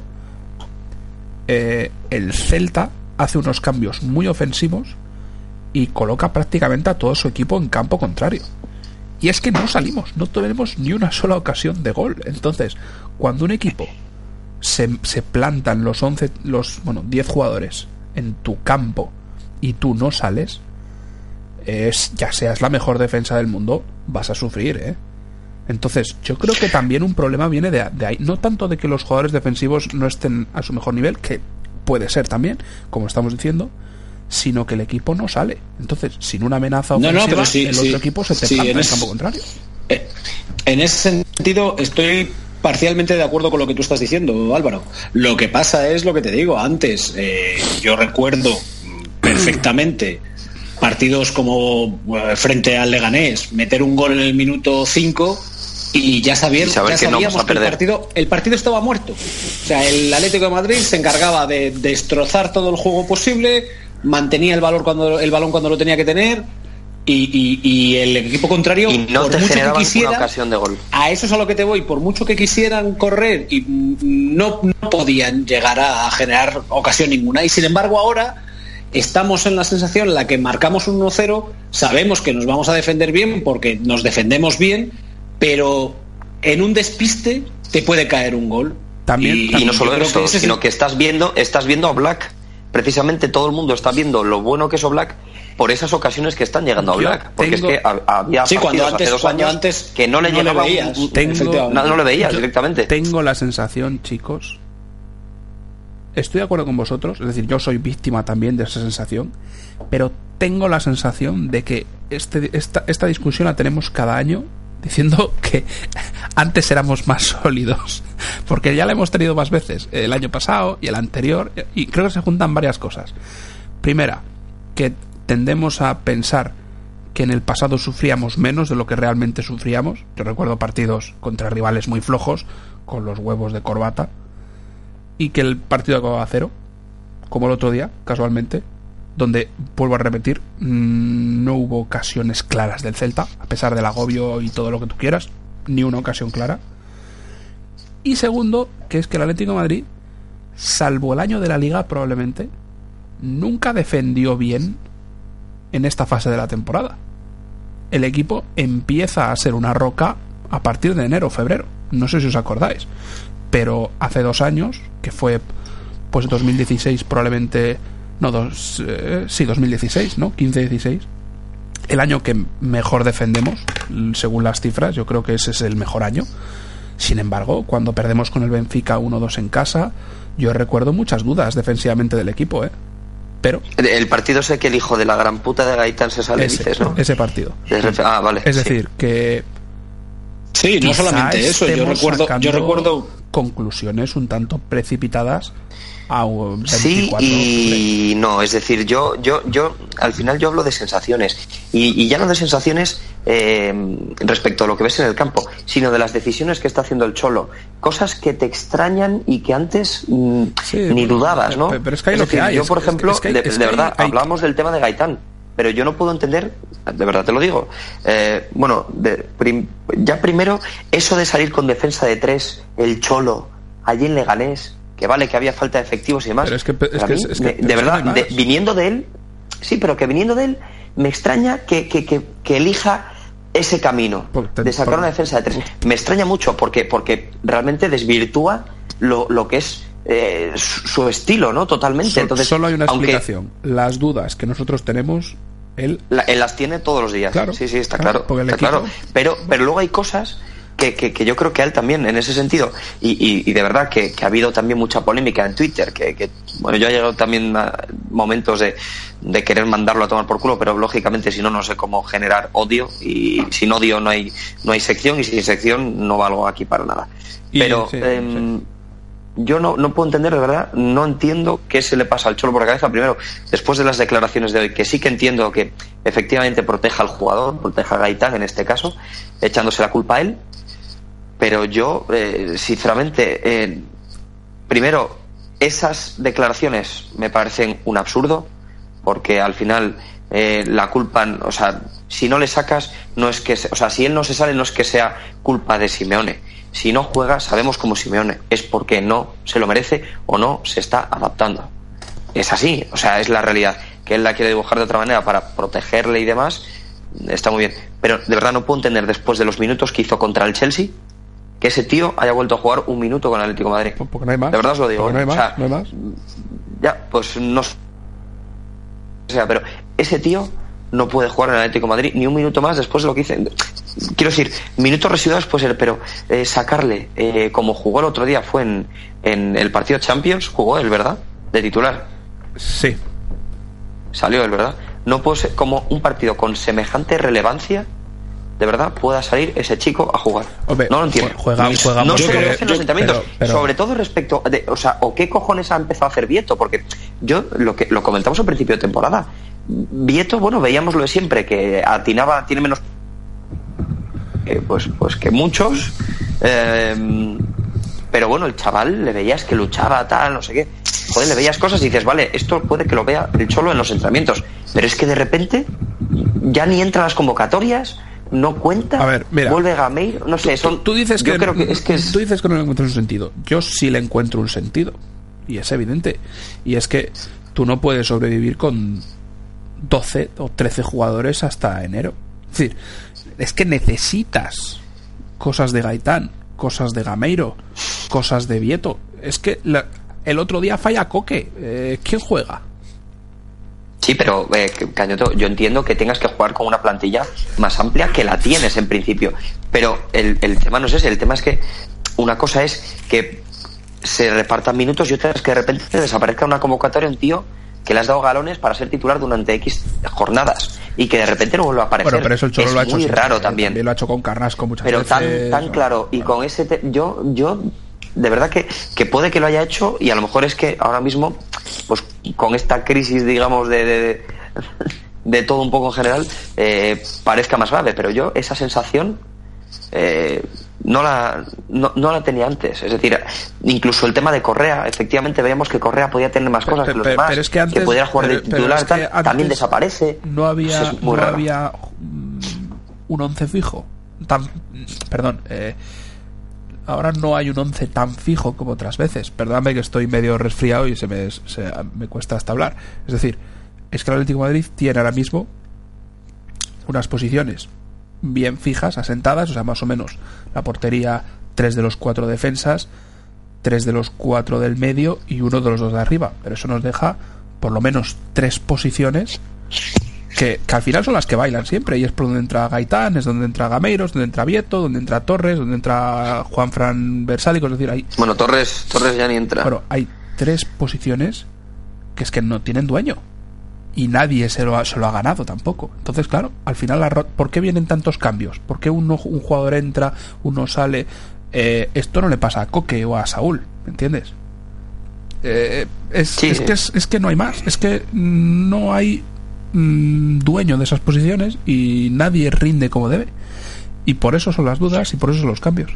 eh, el Celta hace unos cambios muy ofensivos y coloca prácticamente a todo su equipo en campo contrario. Y es que no salimos, no tenemos ni una sola ocasión de gol. Entonces, cuando un equipo se, se plantan los once, los bueno, diez jugadores en tu campo y tú no sales, es, ya seas la mejor defensa del mundo, vas a sufrir, ¿eh? Entonces, yo creo que también un problema viene de, de ahí. No tanto de que los jugadores defensivos no estén a su mejor nivel, que puede ser también, como estamos diciendo, sino que el equipo no sale. Entonces, sin una amenaza ofensiva, no, no, pero sí, el sí, otro equipo se te sí, planta en, en el es, campo contrario. Eh, en ese sentido, estoy parcialmente de acuerdo con lo que tú estás diciendo, Álvaro. Lo que pasa es lo que te digo antes. Eh, yo recuerdo perfectamente partidos como eh, frente al Leganés, meter un gol en el minuto cinco y ya, sabían, y ya que sabíamos no que el partido, el partido estaba muerto. O sea, el Atlético de Madrid se encargaba de destrozar todo el juego posible, mantenía el valor cuando el balón cuando lo tenía que tener y, y, y el equipo contrario, y no por te mucho generaba que quisiera, una ocasión de gol. A eso es a lo que te voy. Por mucho que quisieran correr y no, no podían llegar a generar ocasión ninguna. Y sin embargo ahora estamos en la sensación en la que marcamos un uno cero, sabemos que nos vamos a defender bien porque nos defendemos bien, pero en un despiste te puede caer un gol. También, y, también y no solo eso, que sino es... que estás viendo, estás viendo a Black. Precisamente todo el mundo está viendo lo bueno que es Black por esas ocasiones que están llegando a Black. Porque tengo... es que había sí, partidos antes, hace dos años antes que no le no llegaba le veías, un, tengo, no, no le veías directamente. Tengo la sensación, chicos, estoy de acuerdo con vosotros, es decir, yo soy víctima también de esa sensación, pero tengo la sensación de que este, esta, esta discusión la tenemos cada año diciendo que antes éramos más sólidos, porque ya la hemos tenido más veces, el año pasado y el anterior, y creo que se juntan varias cosas. Primera, que tendemos a pensar que en el pasado sufríamos menos de lo que realmente sufríamos. Yo recuerdo partidos contra rivales muy flojos, con los huevos de corbata, y que el partido acababa a cero, como el otro día, casualmente, donde, vuelvo a repetir, mmm, no hubo ocasiones claras del Celta, a pesar del agobio y todo lo que tú quieras, ni una ocasión clara. Y segundo, que es que el Atlético de Madrid, salvo el año de la Liga probablemente, nunca defendió bien en esta fase de la temporada. El equipo empieza a ser una roca a partir de enero o febrero, no sé si os acordáis, pero hace dos años, que fue pues dos mil dieciséis probablemente... No, dos, eh, sí, dos mil dieciséis, ¿no? quince dieciséis. El año que mejor defendemos, según las cifras, yo creo que ese es el mejor año. Sin embargo, cuando perdemos con el Benfica uno dos en casa, yo recuerdo muchas dudas defensivamente del equipo, ¿eh? Pero... El partido sé que el hijo de la gran puta de Gaitán se sale, ese, dices, ¿no? Ese partido. Ah, vale. Es sí. decir, que... Sí, no solamente eso, yo recuerdo, yo recuerdo conclusiones un tanto precipitadas a sí y no, es decir, yo yo yo al final yo hablo de sensaciones y, y ya no de sensaciones eh, respecto a lo que ves en el campo, sino de las decisiones que está haciendo el Cholo, cosas que te extrañan y que antes mm, sí, ni dudabas, ¿no? Pero es que hay es lo decir, que hay. Yo, por es, ejemplo, es que hay, de, es de que verdad, hay, hablábamos del tema de Gaitán, pero yo no puedo entender, de verdad te lo digo, eh, bueno, de, prim, ya primero, eso de salir con defensa de tres, el Cholo, allí en Leganés, que vale que había falta de efectivos y demás, pero es que, es que, mí, es que, de, de verdad, no de, viniendo de él, sí, pero que viniendo de él, me extraña que, que, que, que elija ese camino te, de sacar por, una defensa de tres. Me extraña mucho porque, porque realmente desvirtúa lo, lo que es eh, su, su estilo, ¿no? Totalmente. So, Entonces, solo hay una aunque, explicación. Las dudas que nosotros tenemos, él, la, él las tiene todos los días. Claro, sí, sí, está claro. claro, está equipo... claro. Pero, pero luego hay cosas que, que, que yo creo que a él también, en ese sentido, y, y, y de verdad que, que ha habido también mucha polémica en Twitter, que, que bueno, yo he llegado también a momentos de, de querer mandarlo a tomar por culo, pero lógicamente si no, no sé cómo generar odio, y sin odio no hay no hay sección, y sin sección no valgo aquí para nada. Y, pero sí, eh, sí. yo no, no puedo entender, de verdad, no entiendo qué se le pasa al Cholo por la cabeza. Primero, después de las declaraciones de hoy, que sí que entiendo que efectivamente proteja al jugador, proteja a Gaitán en este caso, echándose la culpa a él, pero yo, eh, sinceramente, eh, primero, esas declaraciones me parecen un absurdo, porque al final eh, la culpa, o sea, si no le sacas, no es que, o sea, si él no se sale, no es que sea culpa de Simeone. Si no juega, sabemos como Simeone, es porque no se lo merece o no se está adaptando. Es así, o sea, es la realidad. Que él la quiere dibujar de otra manera para protegerle y demás, está muy bien. Pero de verdad no puedo entender, después de los minutos que hizo contra el Chelsea, que ese tío haya vuelto a jugar un minuto con el Atlético de Madrid. Porque no hay más. De verdad os lo digo. No hay, ¿eh? más, O sea, no hay más. Ya, pues no. O sea, pero ese tío no puede jugar en el Atlético de Madrid ni un minuto más después de lo que hice. Quiero decir, minutos residuales puede ser, pero eh, sacarle, eh, como jugó el otro día, fue en, en el partido Champions, jugó él, ¿verdad? De titular. Sí. Salió él, ¿verdad? No puede ser como un partido con semejante relevancia, de verdad, pueda salir ese chico a jugar. Hombre, no lo entiendo. Juega, juega no mucho. sé lo que hacen los entrenamientos, pero, pero... sobre todo respecto de, o sea, o qué cojones ha empezado a hacer Vieto, porque yo lo que lo comentamos al principio de temporada. Vieto, bueno, veíamos lo de siempre, que atinaba, tiene menos eh, pues pues que muchos, eh, pero bueno, el chaval le veías que luchaba, tal, no sé qué. Joder, le veías cosas y dices, vale, esto puede que lo vea el Cholo en los entrenamientos, pero es que de repente ya ni entra a las convocatorias, no cuenta, a ver, mira, vuelve Gameiro, no sé, son, tú, tú dices yo que, creo que es que es... tú dices que no le encuentras un sentido. Yo sí le encuentro un sentido, y es evidente, y es que tú no puedes sobrevivir con doce o trece jugadores hasta enero. Es decir, es que necesitas cosas de Gaitán, cosas de Gameiro, cosas de Vieto. Es que la, el otro día falla Coque. Eh, ¿Quién juega? Sí, pero eh, Cañoto, yo entiendo que tengas que jugar con una plantilla más amplia, que la tienes en principio, pero el, el tema no es ese. El tema es que una cosa es que se repartan minutos y otra es que de repente desaparezca una convocatoria un tío que le has dado galones para ser titular durante X jornadas y que de repente no vuelva a aparecer. Bueno, pero eso el Cholo es lo ha hecho muy siempre, raro eh, también. También lo ha hecho con Carrasco muchas pero veces. Pero tan, tan claro, y con ese... Te- yo, yo, de verdad que, que puede que lo haya hecho, y a lo mejor es que ahora mismo, pues con esta crisis, digamos, de... de, de, de todo un poco en general, eh, parezca más grave, pero yo esa sensación... Eh, no la no, no la tenía antes, es decir, incluso el tema de Correa, efectivamente veíamos que Correa podía tener más cosas pero, que los pero, demás, pero es que, antes, que pudiera jugar pero, de titular, es que tal, también desaparece. No había, es muy no raro. había un once fijo, tan, perdón, eh, ahora no hay un once tan fijo como otras veces. Perdóname que estoy medio resfriado y se me, se, me cuesta hasta hablar. Es decir, es que el Atlético de Madrid tiene ahora mismo unas posiciones bien fijas, asentadas, o sea, más o menos la portería, tres de los cuatro defensas, tres de los cuatro del medio y uno de los dos de arriba, pero eso nos deja por lo menos tres posiciones que, que al final son las que bailan siempre, y es por donde entra Gaitán, es donde entra Gameiro, es donde entra Vieto, donde entra Torres, donde entra Juanfran Versálico, es decir, hay... Bueno, Torres, Torres ya ni entra. Bueno, hay tres posiciones que es que no tienen dueño. Y nadie se lo, ha, se lo ha ganado tampoco. Entonces, claro, al final, la, ¿por qué vienen tantos cambios? ¿Por qué uno, un jugador entra, uno sale? Eh, esto no le pasa a Coque o a Saúl, ¿me entiendes? Eh, es, sí, es, sí. Que es, es que no hay más. Es que no hay mmm, dueño de esas posiciones y nadie rinde como debe. Y por eso son las dudas y por eso son los cambios.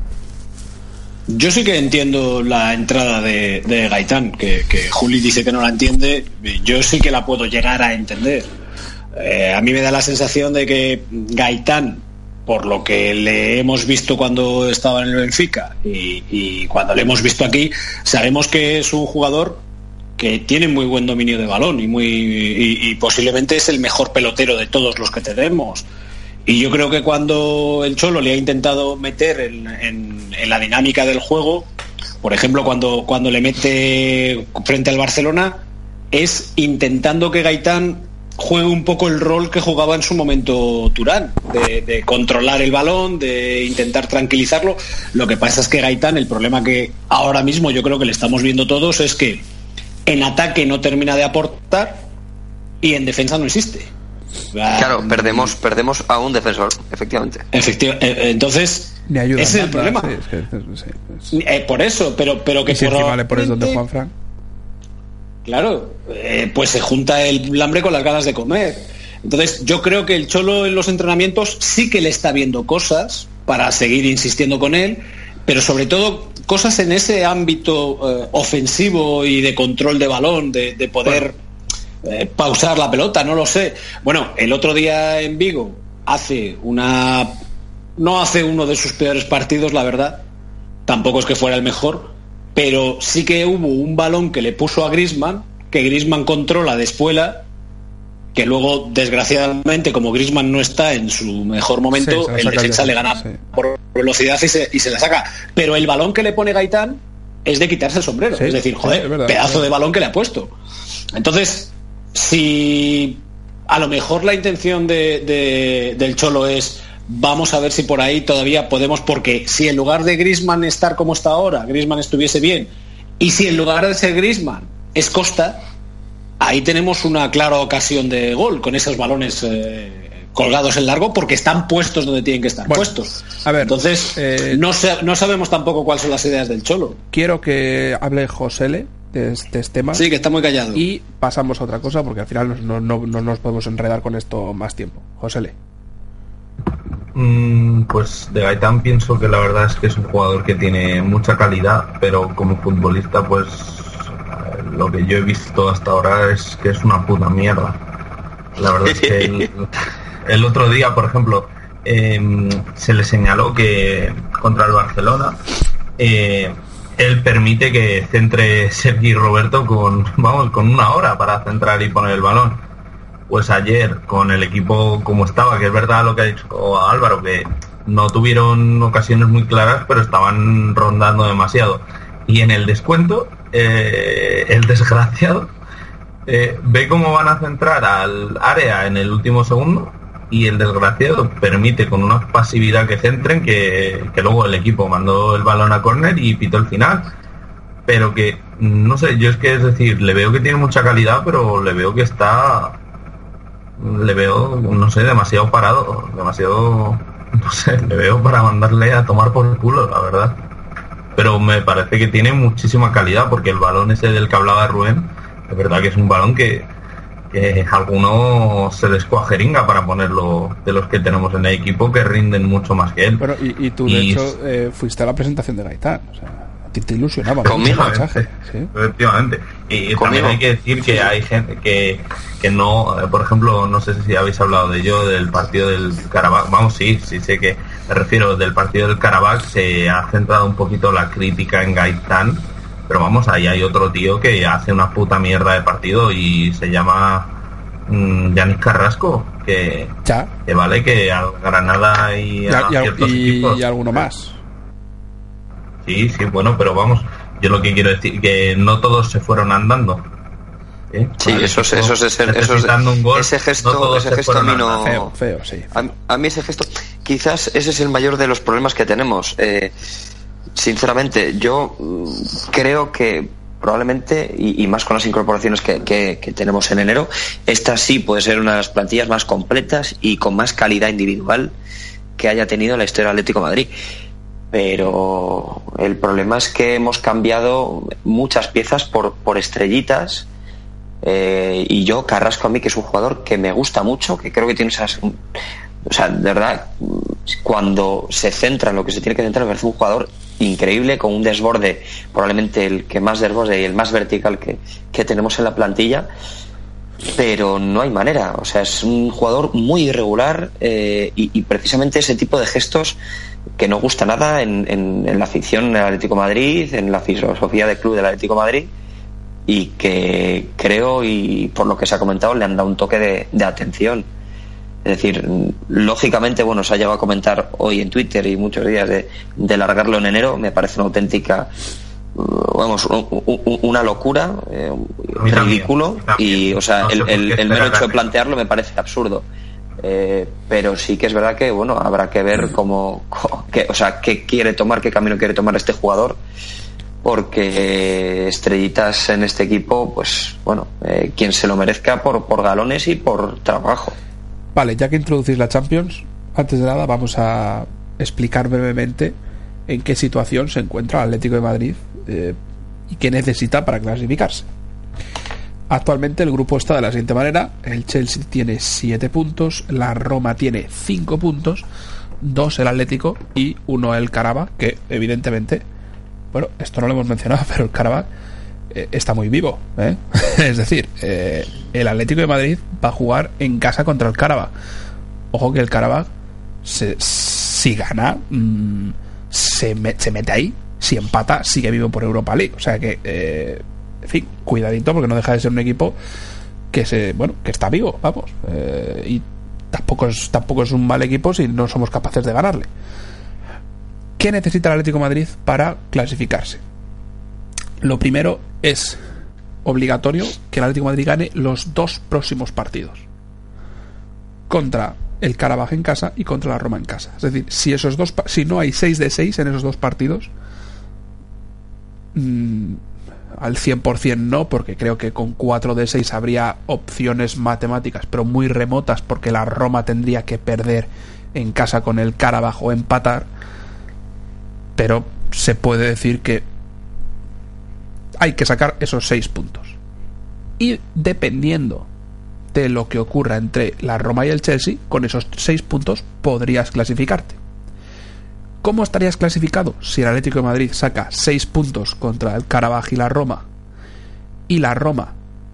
Yo sí que entiendo la entrada de, de Gaitán, que, que Juli dice que no la entiende. Yo sí que la puedo llegar a entender. Eh, a mí me da la sensación de que Gaitán, por lo que le hemos visto cuando estaba en el Benfica y, y cuando le hemos visto aquí, sabemos que es un jugador que tiene muy buen dominio de balón y, muy, y, y posiblemente es el mejor pelotero de todos los que tenemos. Y yo creo que cuando el Cholo le ha intentado meter en, en, en la dinámica del juego, por ejemplo, cuando, cuando le mete frente al Barcelona, es intentando que Gaitán juegue un poco el rol que jugaba en su momento Turán, de, de controlar el balón, de intentar tranquilizarlo. Lo que pasa es que Gaitán, el problema que ahora mismo yo creo que le estamos viendo todos, es que en ataque no termina de aportar y en defensa no existe. Claro, perdemos perdemos a un defensor, efectivamente. Efectiva, entonces, Ni ayuda. Ese es el problema. Sí, es que, sí, es... Eh, por eso, pero, pero que y si encima le pones donde Juanfran. Claro, eh, pues se junta el hambre con las ganas de comer. Entonces, yo creo que el Cholo en los entrenamientos sí que le está viendo cosas para seguir insistiendo con él, pero sobre todo cosas en ese ámbito eh, ofensivo y de control de balón, de, de poder bueno. eh, pausar la pelota, no lo sé. Bueno, el otro día en Vigo hace una... no hace uno de sus peores partidos, la verdad. Tampoco es que fuera el mejor, pero sí que hubo un balón que le puso a Griezmann, que Griezmann controla de espuela, que luego, desgraciadamente, como Griezmann no está en su mejor momento, sí, el defensa le gana sí. por velocidad y se, y se la saca. Pero el balón que le pone Gaitán es de quitarse el sombrero. Sí, es decir, joder, es verdad, pedazo de balón que le ha puesto. Entonces, si a lo mejor la intención de, de, del Cholo es vamos a ver si por ahí todavía podemos, porque si en lugar de Griezmann estar como está ahora, Griezmann estuviese bien, y si en lugar de ser Griezmann es Costa, ahí tenemos una clara ocasión de gol con esos balones eh, colgados en largo, porque están puestos donde tienen que estar bueno, puestos. A ver, entonces eh, no, sé, no sabemos tampoco cuáles son las ideas del Cholo. Quiero que hable Josele de este tema. Sí, que está muy callado. Y pasamos a otra cosa, porque al final no, no, no nos podemos enredar con esto más tiempo. Josele. Mm, pues de Gaitán pienso que la verdad es que es un jugador que tiene mucha calidad, pero como futbolista pues lo que yo he visto hasta ahora es que es una puta mierda. La verdad es que el, el otro día, por ejemplo, eh, se le señaló que contra el Barcelona eh, él permite que centre Sergi Roberto con, vamos, con una hora para centrar y poner el balón. Pues ayer, con el equipo como estaba, que es verdad lo que ha dicho Álvaro, que no tuvieron ocasiones muy claras, pero estaban rondando demasiado. Y en el descuento, eh, el desgraciado eh, ve cómo van a centrar al área en el último segundo, y el desgraciado permite con una pasividad que centren, que, que luego el equipo mandó el balón a córner y pitó el final. Pero que, no sé, yo es que, es decir, le veo que tiene mucha calidad, pero le veo que está... le veo, no sé, demasiado parado, demasiado, no sé, le veo para mandarle a tomar por el culo, la verdad. Pero me parece que tiene muchísima calidad, porque el balón ese del que hablaba Rubén, es verdad que es un balón que, que alguno se descuajeringa para ponerlo, de los que tenemos en el equipo, que rinden mucho más que él. Pero y, y tú, de y... hecho, eh, fuiste a la presentación de Gaitán, o sea... Te, te ilusionaba conmigo, ¿sí? Efectivamente. Y ¿Conmigo? También hay que decir que sí, sí. hay gente que, que no, por ejemplo, no sé si habéis hablado de ello, del partido del Karabakh. Vamos, sí, sí sé que me refiero del partido del Karabakh. Se ha centrado un poquito la crítica en Gaitán, pero vamos, ahí hay otro tío que hace una puta mierda de partido y se llama mmm, Yanis Carrasco, que, que vale que a Granada y a y, ciertos y, equipos. Y alguno más. Sí, sí, bueno, pero vamos, yo lo que quiero decir que no todos se fueron andando. ¿Eh? Sí, eso es, eso es, eso es un gol, ese gesto, no ese gesto a mí no, feo, feo, sí. A, a mí ese gesto, quizás ese es el mayor de los problemas que tenemos. Eh, sinceramente, yo creo que probablemente, y, y más con las incorporaciones que, que, que tenemos en enero, esta sí puede ser una de las plantillas más completas y con más calidad individual que haya tenido la historia del Atlético de Madrid. Pero el problema es que hemos cambiado muchas piezas por, por estrellitas, eh, y yo, Carrasco, a mí, que es un jugador que me gusta mucho, que creo que tiene esas... O sea, de verdad, cuando se centra en lo que se tiene que centrar, me parece un jugador increíble, con un desborde, probablemente el que más desborde y el más vertical que, que tenemos en la plantilla, pero no hay manera. O sea, es un jugador muy irregular, eh, y, y precisamente ese tipo de gestos que no gusta nada en, en, en la afición del Atlético de Madrid, en la filosofía del club del Atlético de Madrid, y que creo, y por lo que se ha comentado, le han dado un toque de, de atención. Es decir, lógicamente, bueno, se ha llegado a comentar hoy en Twitter y muchos días de, de largarlo en enero. Me parece una auténtica, vamos, una locura, eh, ridículo, y, o sea, el, el, el mero hecho de plantearlo me parece absurdo. Eh, pero sí que es verdad que, bueno, habrá que ver cómo, cómo que, o sea, qué quiere tomar, qué camino quiere tomar este jugador, porque estrellitas en este equipo, pues, bueno, eh, quien se lo merezca por, por galones y por trabajo. Vale, ya que introducís la Champions, antes de nada vamos a explicar brevemente en qué situación se encuentra el Atlético de Madrid eh, y qué necesita para clasificarse. Actualmente el grupo está de la siguiente manera: el Chelsea tiene siete puntos, la Roma tiene cinco puntos, dos el Atlético y uno el Karabakh, que evidentemente, bueno, esto no lo hemos mencionado, pero el Karabakh eh, está muy vivo, ¿eh? Es decir, eh, el Atlético de Madrid va a jugar en casa contra el Karabakh. Ojo que el Karabakh, se, si gana, mmm, se, me, se mete ahí. Si empata, sigue vivo por Europa League. O sea que, eh, en fin, cuidadito, porque no deja de ser un equipo que se, bueno, que está vivo, vamos. Eh, y tampoco es, tampoco es un mal equipo si no somos capaces de ganarle. ¿Qué necesita el Atlético de Madrid para clasificarse? Lo primero es obligatorio que el Atlético de Madrid gane los dos próximos partidos, contra el Karabakh en casa y contra la Roma en casa. Es decir, si esos dos, si no hay seis de seis en esos dos partidos, mmm, al cien por ciento no, porque creo que con cuatro de seis habría opciones matemáticas, pero muy remotas, porque la Roma tendría que perder en casa con el Karabakh o empatar. Pero se puede decir que hay que sacar esos seis puntos. Y dependiendo de lo que ocurra entre la Roma y el Chelsea, con esos seis puntos podrías clasificarte. ¿Cómo estarías clasificado? Si el Atlético de Madrid saca seis puntos contra el Karabakh y la Roma, y la Roma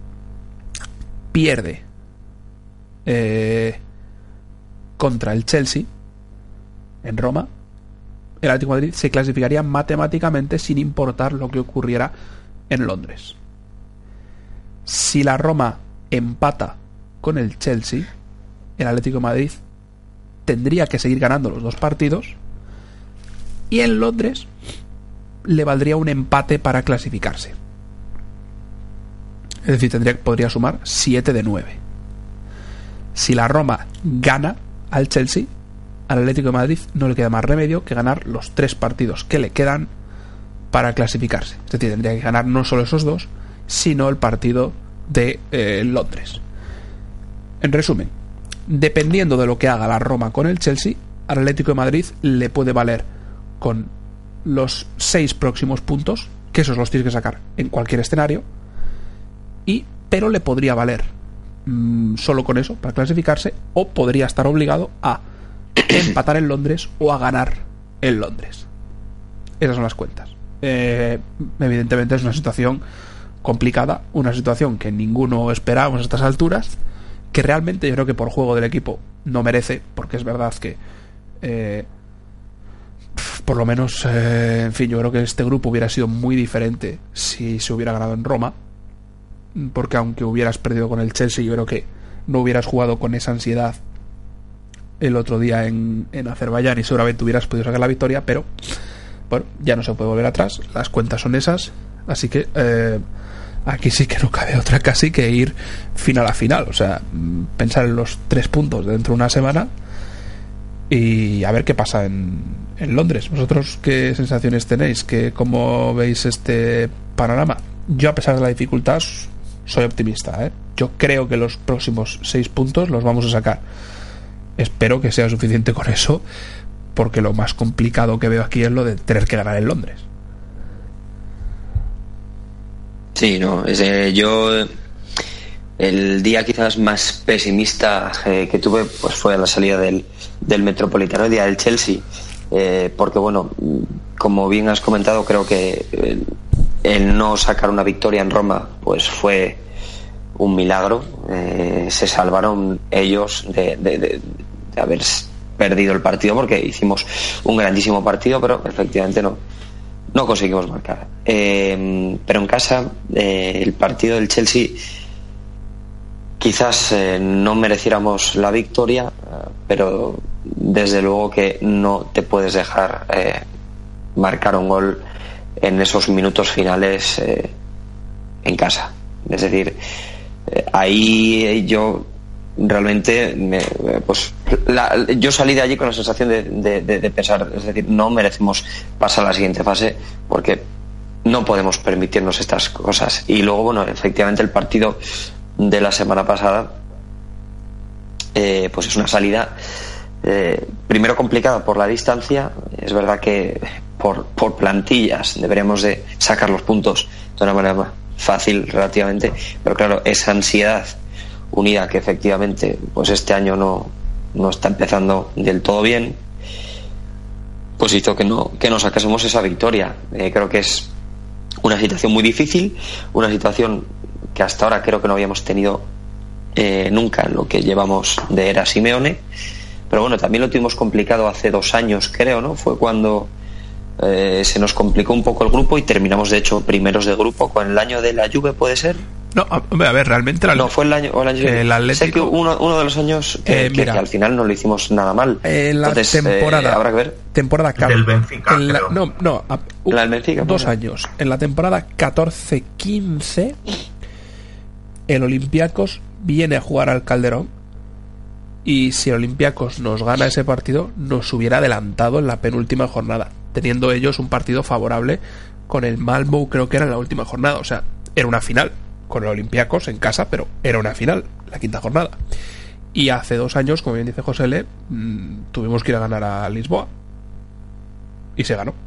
pierde eh, contra el Chelsea en Roma, el Atlético de Madrid se clasificaría matemáticamente sin importar lo que ocurriera en Londres. Si la Roma empata con el Chelsea, el Atlético de Madrid tendría que seguir ganando los dos partidos, y en Londres le valdría un empate para clasificarse. Es decir, tendría, podría sumar siete de nueve. Si la Roma gana al Chelsea, al Atlético de Madrid no le queda más remedio que ganar los tres partidos que le quedan para clasificarse. Es decir, tendría que ganar no solo esos dos, sino el partido de eh, Londres. En resumen, dependiendo de lo que haga la Roma con el Chelsea, al Atlético de Madrid le puede valer con los seis próximos puntos, que esos los tienes que sacar en cualquier escenario, y pero le podría valer mmm, solo con eso para clasificarse, o podría estar obligado a empatar en Londres o a ganar en Londres. Esas son las cuentas. Eh, evidentemente es una situación complicada, una situación que ninguno esperábamos a estas alturas, que realmente yo creo que por juego del equipo no merece, porque es verdad que eh, por lo menos eh, en fin, yo creo que este grupo hubiera sido muy diferente si se hubiera ganado en Roma, porque aunque hubieras perdido con el Chelsea, yo creo que no hubieras jugado con esa ansiedad el otro día en, en Azerbaiyán, y seguramente hubieras podido sacar la victoria. Pero bueno, ya no se puede volver atrás, las cuentas son esas, así que eh, aquí sí que no cabe otra casi que ir final a final, o sea, pensar en los tres puntos dentro de una semana y a ver qué pasa en, en Londres. ¿Vosotros qué sensaciones tenéis? ¿Qué, ¿Cómo veis este panorama? Yo, a pesar de la dificultad, soy optimista, ¿eh? Yo creo que los próximos seis puntos los vamos a sacar. Espero que sea suficiente con eso, porque lo más complicado que veo aquí es lo de tener que ganar en Londres. Sí, no, es, eh, yo el día quizás más pesimista eh, que tuve pues fue a la salida del, del Metropolitano, el día del Chelsea, eh, porque bueno, como bien has comentado, creo que el, el no sacar una victoria en Roma pues fue un milagro. Eh, se salvaron ellos de, de, de, de haber perdido el partido, porque hicimos un grandísimo partido, pero efectivamente no no conseguimos marcar. Eh, pero en casa, eh, el partido del Chelsea, quizás eh, no mereciéramos la victoria, eh, pero desde luego que no te puedes dejar eh, marcar un gol en esos minutos finales eh, en casa. Es decir, eh, ahí yo realmente me, pues la, yo salí de allí con la sensación de, de, de, de pensar, es decir, no merecemos pasar a la siguiente fase, porque no podemos permitirnos estas cosas. Y luego, bueno, efectivamente el partido de la semana pasada eh, pues es una salida Eh, primero complicada por la distancia. Es verdad que por, por plantillas deberíamos de sacar los puntos de una manera fácil relativamente, pero claro, esa ansiedad unida que efectivamente pues este año no, no está empezando del todo bien, pues hizo que no, que no sacásemos esa victoria. Eh, creo que es una situación muy difícil, una situación que hasta ahora creo que no habíamos tenido eh, nunca en lo que llevamos de era Simeone. Pero bueno, también lo tuvimos complicado hace dos años, creo, ¿no? Fue cuando eh, se nos complicó un poco el grupo y terminamos, de hecho, primeros de grupo con el año de la Juve, ¿puede ser? No, hombre, a ver, realmente... La, no, fue el año... O el año el Atlético, sé que uno, uno de los años que, eh, mira, que, que al final no lo hicimos nada mal. Eh, la Entonces, temporada... Eh, habrá que ver. Temporada... Del Benfica, en la, No, no. A, uh, la del Benfica. Dos pues, años. En la temporada catorce quince, el Olympiacos viene a jugar al Calderón. Y si el Olympiacos nos gana ese partido, nos hubiera adelantado en la penúltima jornada, teniendo ellos un partido favorable con el Malmö, creo que era en la última jornada. O sea, era una final con el Olympiacos en casa, pero era una final, la quinta jornada. Y hace dos años, como bien dice José L, mmm, tuvimos que ir a ganar a Lisboa y se ganó.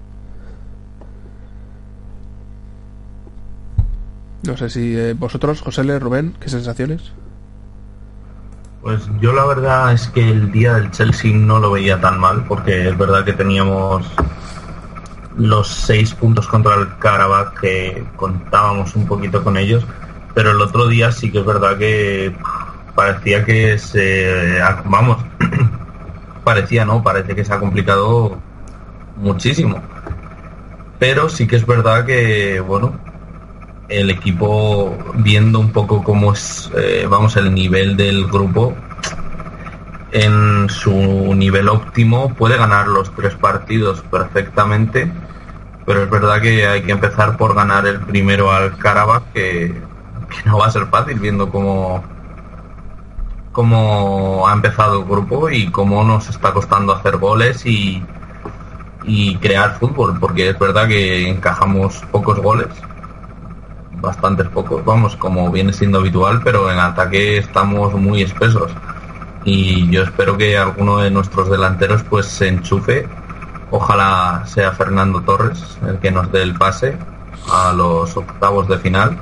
No sé si eh, vosotros, José L, Rubén, ¿qué sensaciones? Pues yo la verdad es que el día del Chelsea no lo veía tan mal, porque es verdad que teníamos los seis puntos contra el Karabakh, que contábamos un poquito con ellos, pero el otro día sí que es verdad que parecía que se... vamos, parecía, ¿no? Parece que se ha complicado muchísimo. Pero sí que es verdad que, bueno, el equipo, viendo un poco cómo es, eh, vamos, el nivel del grupo, en su nivel óptimo puede ganar los tres partidos perfectamente, pero es verdad que hay que empezar por ganar el primero al Karabakh, que, que no va a ser fácil, viendo cómo cómo ha empezado el grupo y cómo nos está costando hacer goles y, y crear fútbol, porque es verdad que encajamos pocos goles, bastantes pocos, vamos, como viene siendo habitual, pero en ataque estamos muy espesos y yo espero que alguno de nuestros delanteros pues se enchufe. Ojalá sea Fernando Torres el que nos dé el pase a los octavos de final,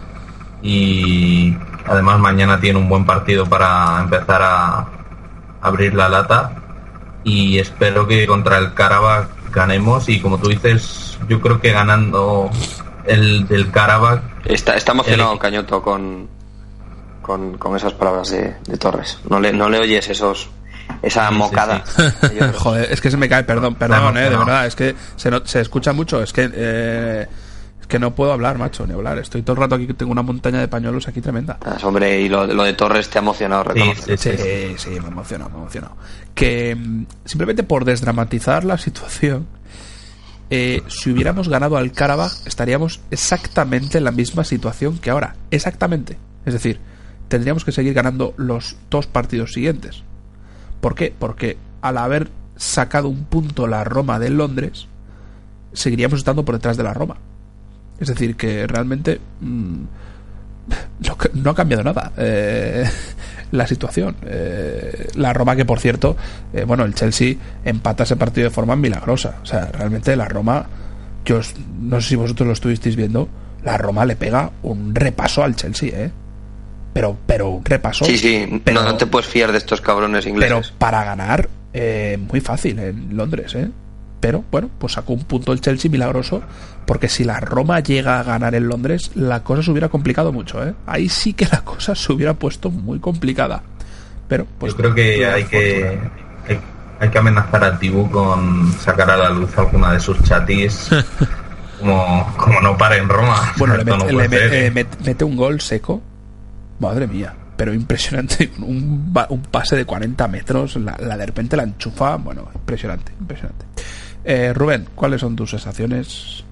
y además mañana tiene un buen partido para empezar a abrir la lata, y espero que contra el Karabakh ganemos, y como tú dices, yo creo que ganando el del Karabakh... Está, está emocionado el... Cañoto con, con, con esas palabras de, de Torres. No le, no le oyes esos esa sí, mocada. Sí, sí. Joder, es que se me cae, perdón, perdón, eh, de verdad, es que se, no, se escucha mucho, es que eh, es que no puedo hablar, macho, ni hablar. Estoy todo el rato aquí, tengo una montaña de pañuelos aquí tremenda. Ah, hombre, y lo, lo de Torres te ha emocionado, reconocer. Sí, sí, sí, sí, sí, me ha emocionado, me ha emocionado. Que simplemente por desdramatizar la situación, Eh, si hubiéramos ganado al Karabakh estaríamos exactamente en la misma situación que ahora, exactamente, es decir, tendríamos que seguir ganando los dos partidos siguientes. ¿Por qué? Porque al haber sacado un punto la Roma de Londres, seguiríamos estando por detrás de la Roma. Es decir, que realmente mmm, no, no ha cambiado nada eh, la situación. Eh, la Roma, que por cierto, eh, bueno, el Chelsea empata ese partido de forma milagrosa. O sea, realmente la Roma, yo no sé si vosotros lo estuvisteis viendo, la Roma le pega un repaso al Chelsea, ¿eh? Pero, pero un repaso. Sí, sí, pero, no, no te puedes fiar de estos cabrones ingleses. Pero para ganar, eh, muy fácil en Londres, ¿eh? Pero bueno, pues sacó un punto el Chelsea milagroso, porque si la Roma llega a ganar en Londres, la cosa se hubiera complicado mucho, ¿eh? Ahí sí que la cosa se hubiera puesto muy complicada. Pero pues yo creo que hay que hay, hay que amenazar a Tibu con sacar a la luz alguna de sus chatis. como, como no pare en Roma. Bueno, le, met, no le met, eh, met, mete un gol seco. Madre mía, pero impresionante. Un, un pase de cuarenta metros, la, la de repente la enchufa. Bueno, impresionante, impresionante. Eh, Rubén, ¿cuáles son tus sensaciones?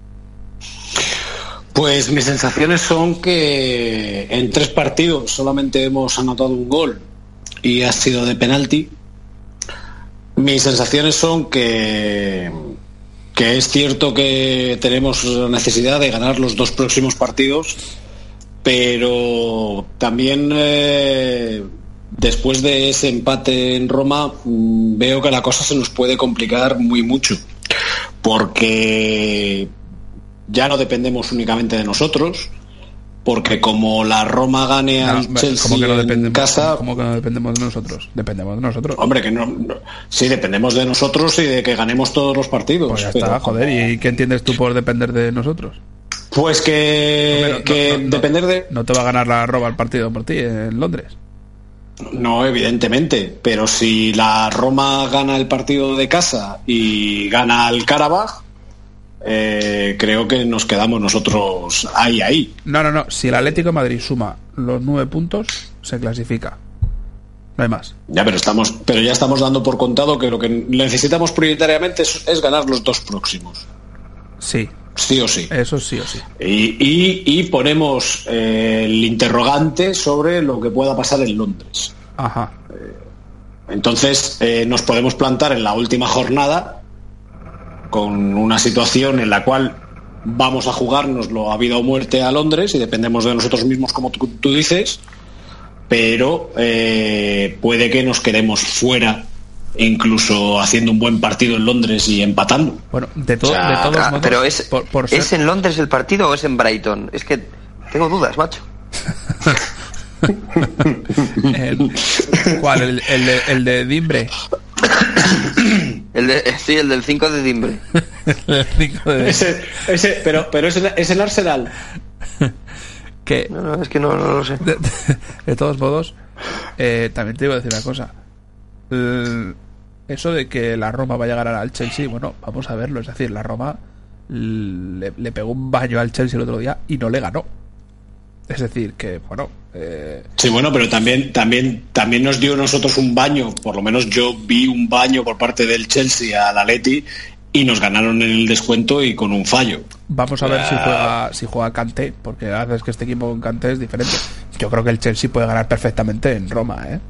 Pues mis sensaciones son que en tres partidos solamente hemos anotado un gol y ha sido de penalti. Mis sensaciones son que, que es cierto que tenemos necesidad de ganar los dos próximos partidos, pero también eh, después de ese empate en Roma, veo que la cosa se nos puede complicar muy mucho, porque ya no dependemos únicamente de nosotros, porque como la Roma gane No, al Chelsea ¿cómo que no en dependemos, casa... ¿Cómo que no dependemos de nosotros? Dependemos de nosotros. Hombre, que no, no... Sí, dependemos de nosotros y de que ganemos todos los partidos. Pues ya pero... está, joder. ¿Y qué entiendes tú por depender de nosotros? Pues que, Hombre, no, que no, no, depender no, de... No te va a ganar la Roma el partido por ti en Londres. No, evidentemente, pero si la Roma gana el partido de casa y gana el Karabaj, eh, creo que nos quedamos nosotros ahí, ahí. No, no, no. Si el Atlético de Madrid suma los nueve puntos, se clasifica. No hay más. Ya, pero estamos, pero ya estamos dando por contado que lo que necesitamos prioritariamente es, es ganar los dos próximos. Sí. Sí o sí. Eso sí o sí. Y, y, y ponemos eh, el interrogante sobre lo que pueda pasar en Londres. Ajá. Entonces eh, nos podemos plantar en la última jornada con una situación en la cual vamos a jugárnoslo a vida o muerte a Londres y dependemos de nosotros mismos, como tú, tú dices, pero eh, puede que nos quedemos fuera, incluso haciendo un buen partido en Londres y empatando. Bueno, de, to- O sea, de todos Ah, modos... pero es, por- por ser- ¿es en Londres el partido o es en Brighton? Es que tengo dudas, macho. el- ¿Cuál? El, el de, el de Dimbre. El de, sí, el del cinco de diciembre. El cinco de... Ese, ese, pero pero es, el- es el Arsenal. que No, no, es que no, no lo sé. de, de todos modos, eh, también te iba a decir una cosa. El- eso de que la Roma vaya a ganar al Chelsea, bueno, vamos a verlo. Es decir, la Roma le, le pegó un baño al Chelsea el otro día y no le ganó. Es decir, que, bueno... Eh... Sí, bueno, pero también, también, también nos dio nosotros un baño, por lo menos yo vi un baño por parte del Chelsea al Atleti y nos ganaron en el descuento y con un fallo. Vamos a ver si juega si juega Kanté, porque a veces que este equipo con Kanté es diferente. Yo creo que el Chelsea puede ganar perfectamente en Roma, ¿eh?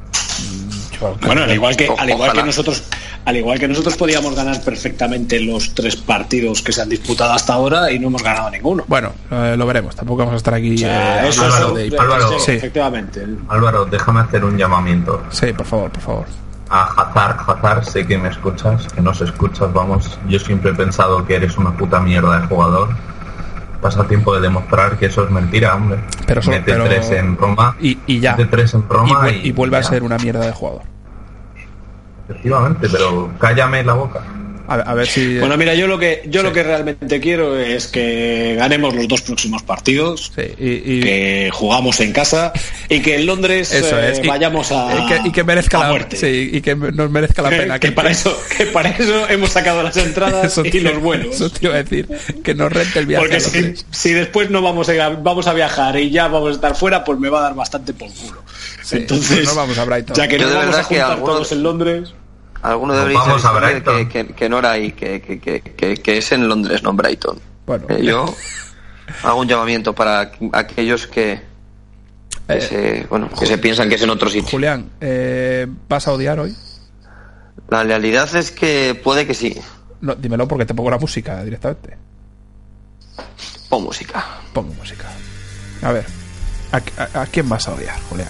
Yo creo Bueno, al que- igual que, O- al igual ojalá. que nosotros, al igual que nosotros podíamos ganar perfectamente los tres partidos que se han disputado hasta ahora y no hemos ganado ninguno. Bueno, eh, lo veremos. Tampoco vamos a estar aquí. O sea, eh, eso hablando es- de- Álvaro. sí, Sí. efectivamente. Álvaro, déjame hacer un llamamiento. Sí, por favor, por favor. A Hazard, Hazard, sé que me escuchas, que nos escuchas, vamos. Yo siempre he pensado que eres una puta mierda de jugador. Pasa tiempo de demostrar que eso es mentira, hombre. Pero solo- Mete pero- tres en Roma. Y, y ya. Mete tres en Y, Roma vu- y, y vuelve a ya. ser una mierda de jugador. Efectivamente, pero cállame la boca. A, a ver si. Bueno, mira, yo lo que yo Sí. lo que realmente quiero es que ganemos los dos próximos partidos, Sí, y, y- que jugamos en casa y que en Londres eso eh, es. Y- vayamos a y que, y que merezca a la muerte. sí, y que nos merezca la Que- pena. que, para eso que para eso hemos sacado las entradas Eso y te- los vuelos. Eso te iba a decir. Que nos rente el viaje. Porque a si, Londres. si después no vamos a ir a- vamos a viajar y ya vamos a estar fuera, pues me va a dar bastante por culo. Sí, Entonces, pues nos vamos a Brighton. ya que Yo nos de vamos a verdad que juntar algunos- todos en Londres. Alguno Nos debería vamos a saber Brighton. que, que, que no era ahí, que, que, que, que, que es en Londres, no en Brighton. Bueno. Eh, yo hago un llamamiento para aquellos que, que Eh, se, bueno, que se piensan que es en otro sitio. Julián, eh, ¿vas a odiar hoy? La realidad es que puede que sí. No, dímelo porque te pongo la música directamente. Pon música. Pongo música. A ver, ¿a, a- a quién vas a odiar, Julián?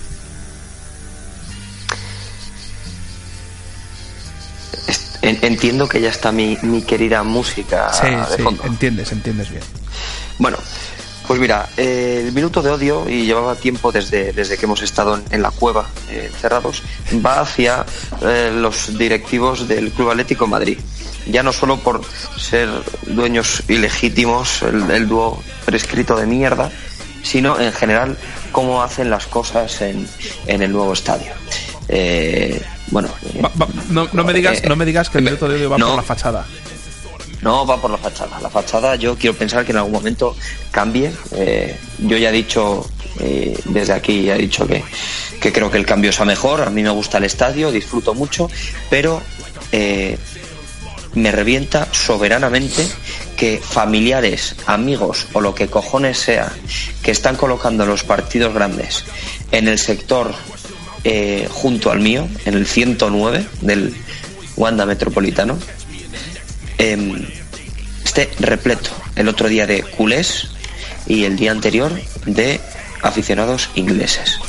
En- Entiendo que ya está mi, mi querida música Sí, de sí, fondo. entiendes, entiendes bien. Bueno, pues mira, eh, el minuto de odio, y llevaba tiempo desde, desde que hemos estado en, en la cueva eh, encerrados, va hacia eh, los directivos del Club Atlético de Madrid. Ya no solo por ser dueños ilegítimos, el, el dúo prescrito de mierda, sino en general cómo hacen las cosas en, en el nuevo estadio. Eh, bueno, eh, Va- va- no, no me digas, eh, no me digas que el eh, minuto de odio va no. por la fachada. No, va por la fachada. La fachada yo quiero pensar que en algún momento cambie. Eh, yo ya he dicho, eh, desde aquí ya he dicho que, que creo que el cambio es a mejor. A mí me gusta el estadio, disfruto mucho, pero eh, me revienta soberanamente que familiares, amigos o lo que cojones sea que están colocando los partidos grandes en el sector eh, junto al mío, en el ciento nueve del Wanda Metropolitano, eh, esté repleto el otro día de culés y el día anterior de aficionados ingleses.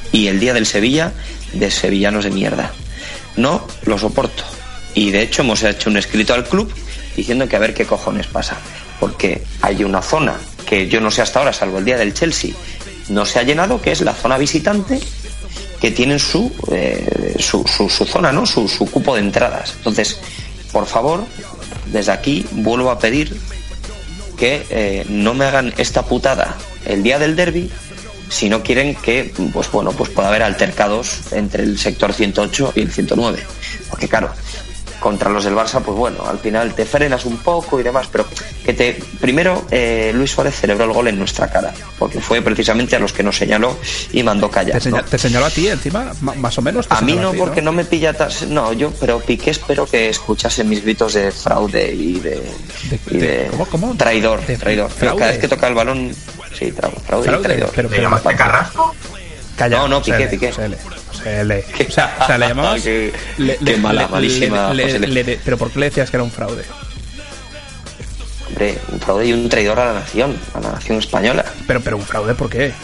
Y el día del Sevilla, de sevillanos de mierda. No lo soporto. Y de hecho hemos hecho un escrito al club diciendo que a ver qué cojones pasa. Porque hay una zona que yo no sé hasta ahora, salvo el día del Chelsea, no se ha llenado, que es la zona visitante, que tienen su, eh, su, su, su zona, ¿no? Su, su cupo de entradas. Entonces, por favor, desde aquí vuelvo a pedir que eh, no me hagan esta putada el día del derbi, si no quieren que, pues bueno, pues pueda haber altercados entre el sector ciento ocho y el ciento nueve. Porque claro, contra los del Barça, pues bueno, al final te frenas un poco y demás, pero que te primero eh, Luis Suárez celebró el gol en nuestra cara, porque fue precisamente a los que nos señaló y mandó callar. ¿Te, señal, ¿no? ¿Te señaló a ti encima? M- más o menos. A mí no, a ti, porque ¿no? no me pilla tan... No, yo, pero Piqué espero que escuchase mis gritos de fraude y de... ¿De, y de, de ¿cómo, cómo? Traidor, ¿De traidor. fraude? Pero cada vez que toca el balón... Sí, fraude, fraude, Fraude, y traidor. pero- ¿Le pero- llamaste Carrasco? Calla, No, no, Piqué, José, Piqué. José L, José L. O sea, o sea, le llamabas... Qué- le- qué le- mala, le- malísima, le- José le- L. le- pero ¿por qué le decías que era un fraude? Hombre, un fraude y un traidor a la nación, a la nación española. Pero, pero un fraude, ¿por qué?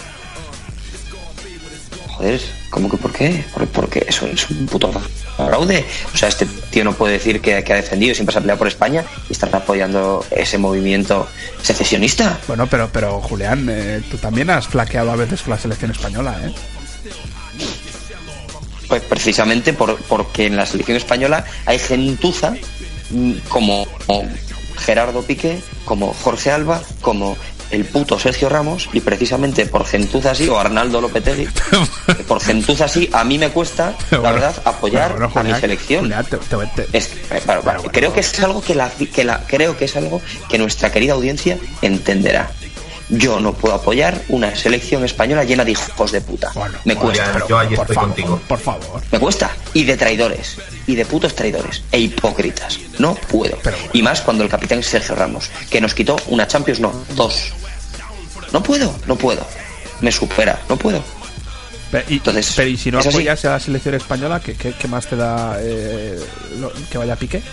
Joder, ¿cómo que por qué? Por- Porque eso es un puto fraude. O sea, este tío no puede decir que, que ha defendido, siempre se ha peleado por España y está apoyando ese movimiento secesionista. Bueno, pero, pero Julián, eh, tú también has flaqueado a veces con la selección española, ¿eh? Pues precisamente por, porque en la selección española hay gentuza mm, como, como Gerardo Piqué, como Jorge Alba, como el puto Sergio Ramos, y precisamente por gentuza así, o Arnaldo Lopetegui, por gentuza así, a mí me cuesta, Bueno, la verdad, apoyar bueno, bueno, a mi Julián, selección. Julián, te- te- te- Es, eh, claro, Bueno, bueno, creo bueno. que es algo que la, que la creo que es algo que nuestra querida audiencia entenderá. Yo no puedo apoyar una selección española llena de hijos de puta. Bueno, me bueno, cuesta. Julián, yo ahí por estoy favor, contigo. Por favor. Me cuesta. Y de traidores. Y de putos traidores. E hipócritas. No puedo. Pero bueno. Y más cuando el capitán es Sergio Ramos, que nos quitó una Champions, no, dos. No puedo, no puedo. Me supera, no puedo. Pero y, Entonces, pero y si no es así. apoyas a la selección española, ¿qué, qué, qué más te da eh, lo- que vaya Piqué?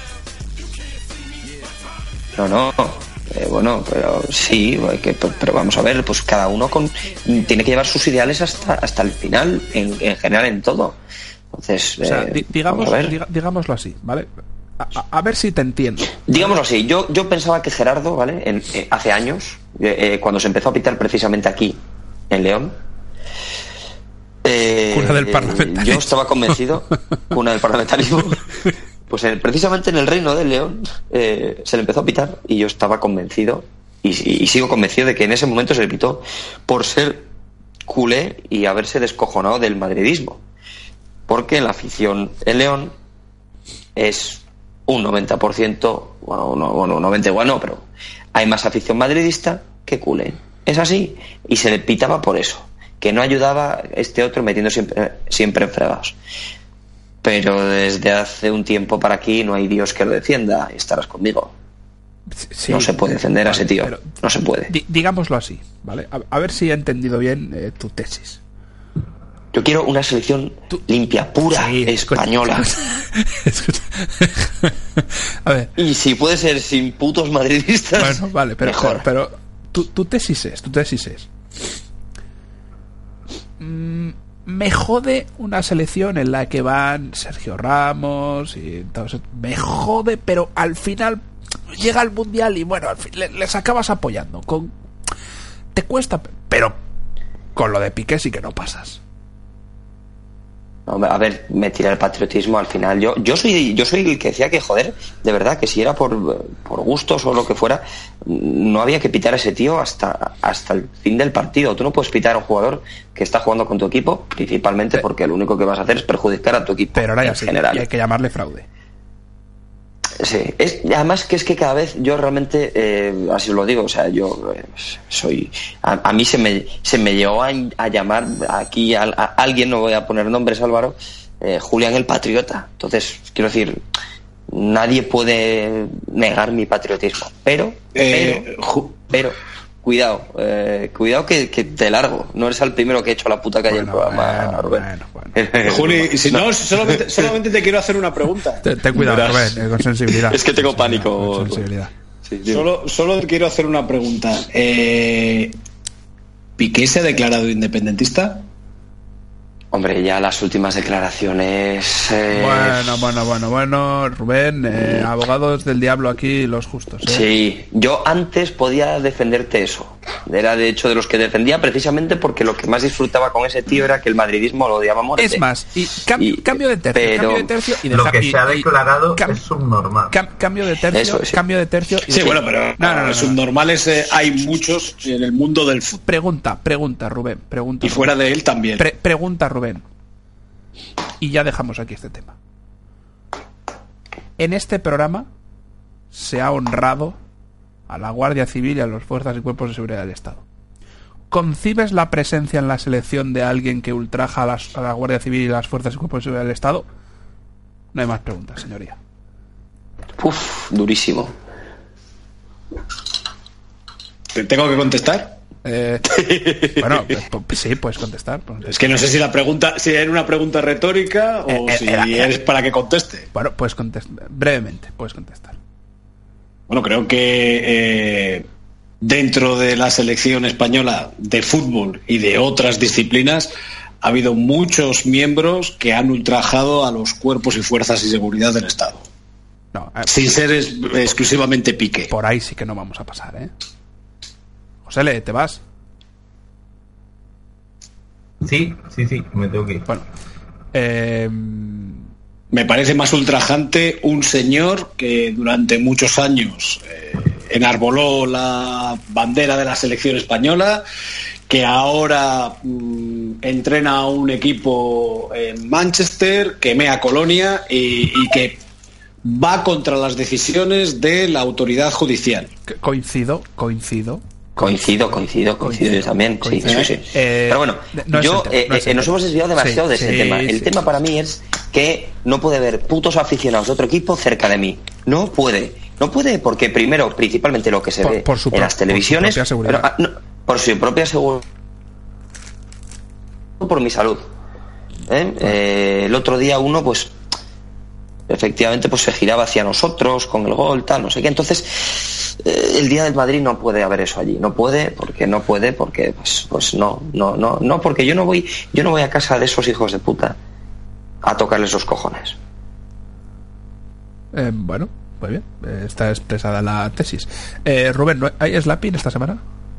No, no. Eh, bueno, pero sí, hay que- pero vamos a ver, pues cada uno con tiene que llevar sus ideales hasta hasta el final, en, en general en todo. Entonces, O sea, eh, di- digamos, vamos a ver. diga- digámoslo así, ¿vale? A, a- a ver si te entiendo. Digámoslo así, yo, yo pensaba que Gerardo, ¿vale? En- eh, hace años, eh, eh, cuando se empezó a pitar precisamente aquí, en León, eh, Cuna del eh, parlamentarismo. yo estaba convencido, cuna del parlamentarismo, pues en- precisamente en el Reino de León eh, se le empezó a pitar y yo estaba convencido, y, y- y sigo convencido de que en ese momento se le pitó por ser culé y haberse descojonado del madridismo. Porque la afición en León es un noventa por ciento, bueno, no, bueno, un noventa igual no, pero hay más afición madridista que culé. Es así. Y se le pitaba por eso, que no ayudaba este otro metiendo siempre, siempre en fregados. Pero desde hace un tiempo para aquí no hay Dios que lo defienda, y estarás conmigo. Sí, no se puede defender a ese tío, pero- no se puede. Di- digámoslo así, ¿vale? A, a ver si he entendido bien eh, tu tesis. Yo quiero una selección limpia, pura, Sí, escucha, española. escucha. A ver, Y si puede ser sin putos madridistas, bueno, vale, pero, mejor. pero, pero tu, tu tesis es, tu tesis es. Mm, me jode una selección en la que van Sergio Ramos y todo eso. Me jode, pero al final llega el mundial y bueno, al fin, le- les acabas apoyando. Con, te cuesta, pero con lo de Piqué sí que no pasas. No, a ver, me tira el patriotismo al final. Yo yo soy yo soy el que decía que, joder, de verdad, que si era por, por gustos o lo que fuera, no había que pitar a ese tío hasta, hasta el fin del partido. Tú no puedes pitar a un jugador que está jugando con tu equipo, principalmente porque lo único que vas a hacer es perjudicar a tu equipo Pero ahora ya en sí, general. y hay que llamarle fraude. Sí, es, además que es que cada vez yo realmente, eh, así os lo digo, o sea, yo eh, soy, a, a mí se me, se me llegó a, a llamar aquí a, a alguien, no voy a poner nombres, Álvaro, eh, Julián el Patriota. Entonces, quiero decir, nadie puede negar mi patriotismo, pero, Eh, pero, ju- pero, cuidado, eh, cuidado que, que te largo, no eres el primero que he hecho la puta calle el Bueno, programa, bueno, Rubén. bueno, bueno. Juli, si no, solamente, solamente te quiero hacer una pregunta. Ten, ten cuidado, Verás. Rubén, eh, con sensibilidad. Es que tengo Con sensibilidad, pánico. con sensibilidad. Sí, dime. Solo, solo quiero hacer una pregunta. Eh, ¿Piqué se ha declarado independentista? Hombre, ya las últimas declaraciones... Eh... Bueno, bueno, bueno, bueno, Rubén, eh, abogados del diablo aquí, los justos. ¿eh? Sí, yo antes podía defenderte eso. Era de hecho de los que defendía precisamente porque lo que más disfrutaba con ese tío era que el madridismo lo odiaba a muerte. Es más, y, cam- y cambio de tercio, pero... cambio de tercio y Lo deja, que y, se ha y, declarado cam- es subnormal. Cam- cambio de tercio, Eso, sí. cambio de tercio. Y Sí, de- bueno, pero no, no, no, no, subnormales eh, hay muchos en el mundo del fútbol. Pregunta, pregunta, Rubén, pregunta. Y fuera de él también. Pre- pregunta, Rubén. Y ya dejamos aquí este tema. En este programa se ha honrado a la Guardia Civil y a las fuerzas y cuerpos de seguridad del Estado. ¿Concibes la presencia en la selección de alguien que ultraja a, las, a la Guardia Civil y las fuerzas y cuerpos de seguridad del Estado? No hay más preguntas, señoría. Uf, durísimo. ¿Te tengo que contestar? Eh, bueno, pues, sí, puedes contestar, puedes contestar. Es que no sé si la pregunta, si era una pregunta retórica o Eh, eh, si era- era- es para que conteste. Bueno, puedes contestar. Brevemente, puedes contestar. Bueno, creo que eh, dentro de la selección española de fútbol y de otras disciplinas ha habido muchos miembros que han ultrajado a los cuerpos y fuerzas y seguridad del Estado. No, eh, Sin ser es- exclusivamente Piqué. por ahí sí que no vamos a pasar, ¿eh? José, ¿te vas? Sí, sí, sí, me tengo que ir. Bueno, eh, Me parece más ultrajante un señor que durante muchos años eh, enarboló la bandera de la selección española, que ahora mm, entrena a un equipo en Manchester, que mea Colonia y, y que va contra las decisiones de la autoridad judicial. coincido, coincido. Coincido, coincido, coincido yo también. Sí, Coincido. sí, sí. Eh, Pero bueno, no es yo el tema, eh, no es el eh, nos tema. hemos desviado demasiado Sí, de ese sí, tema. El sí. tema para mí es que no puede haber putos aficionados de otro equipo cerca de mí. No puede. No puede porque primero, principalmente lo que se Por- ve por su en pro- las por su televisiones... propia seguridad. pero, ah, no, por su propia seguridad. Por mi salud. ¿Eh? Eh, el otro día uno, pues... efectivamente pues se giraba hacia nosotros con el gol, tal, no sé qué. Entonces eh, el día del Madrid no puede haber eso allí, no puede, porque no puede, porque pues, pues no, no, no, no, porque yo no voy, yo no voy a casa de esos hijos de puta a tocarles los cojones. Eh, bueno, muy bien. Eh, está expresada la tesis. Eh, Rubén, ¿no ¿hay slapping esta semana?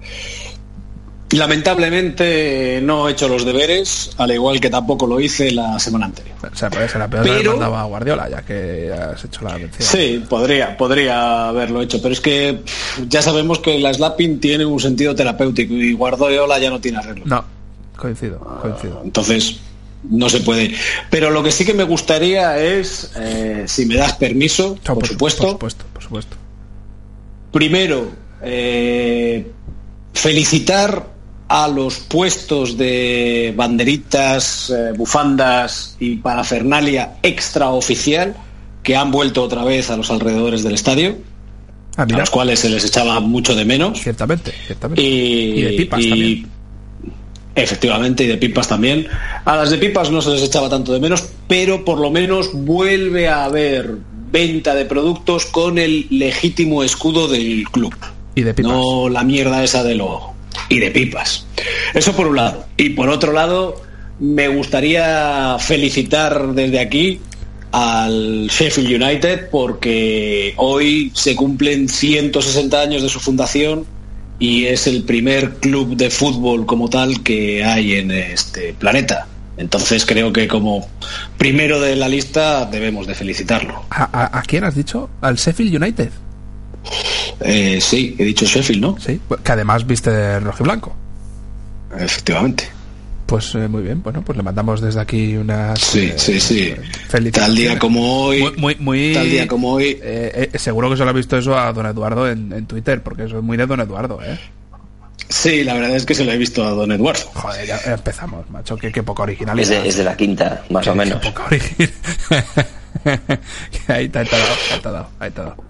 Lamentablemente no he hecho los deberes, al igual que tampoco lo hice la semana anterior. O sea, pues se la peor Pero- mandaba a Guardiola, ya que has hecho la mención. Sí, podría, podría haberlo hecho, pero es que pff, ya sabemos que la slapping tiene un sentido terapéutico y Guardiola ya no tiene arreglo. No, coincido, coincido. Entonces, no se puede. Pero lo que sí que me gustaría es, eh, si me das permiso, No, por, supuesto, Por supuesto, por supuesto. primero, eh, felicitar a los puestos de banderitas, eh, bufandas y parafernalia extraoficial que han vuelto otra vez a los alrededores del estadio, Ah, a mira, los cuales se les echaba mucho de menos. ciertamente, ciertamente. Y, Y de pipas y- también. Efectivamente, y de pipas también. A las de pipas no se les echaba tanto de menos, pero por lo menos vuelve a haber venta de productos con el legítimo escudo del club. Y de pipas. No la mierda esa de logo. Y de pipas. Eso por un lado. Y por otro lado, me gustaría felicitar desde aquí al Sheffield United porque hoy se cumplen ciento sesenta años de su fundación y es el primer club de fútbol como tal que hay en este planeta. Entonces creo que como primero de la lista debemos de felicitarlo. ¿A, a, a quién has dicho? ¿Al Sheffield United? Eh, sí, he dicho Sheffield, ¿no? Sí, que además viste de rojo y blanco. Efectivamente. Pues eh, muy bien, bueno, pues le mandamos desde aquí unas Sí, eh, sí, sí. felicitaciones. Tal día como hoy. Muy, muy, muy- Tal día como hoy. eh, eh, seguro que se lo ha visto eso a don Eduardo en, en Twitter, porque eso es muy de don Eduardo, ¿eh? Sí, la verdad es que se lo he visto a don Eduardo. Joder, ya empezamos, macho, qué, qué poca Es originalidad. de, es de la quinta, más Qué- o menos. Qué poca originalidad. ahí te ha dado, ahí te ha dado, ahí te ha dado.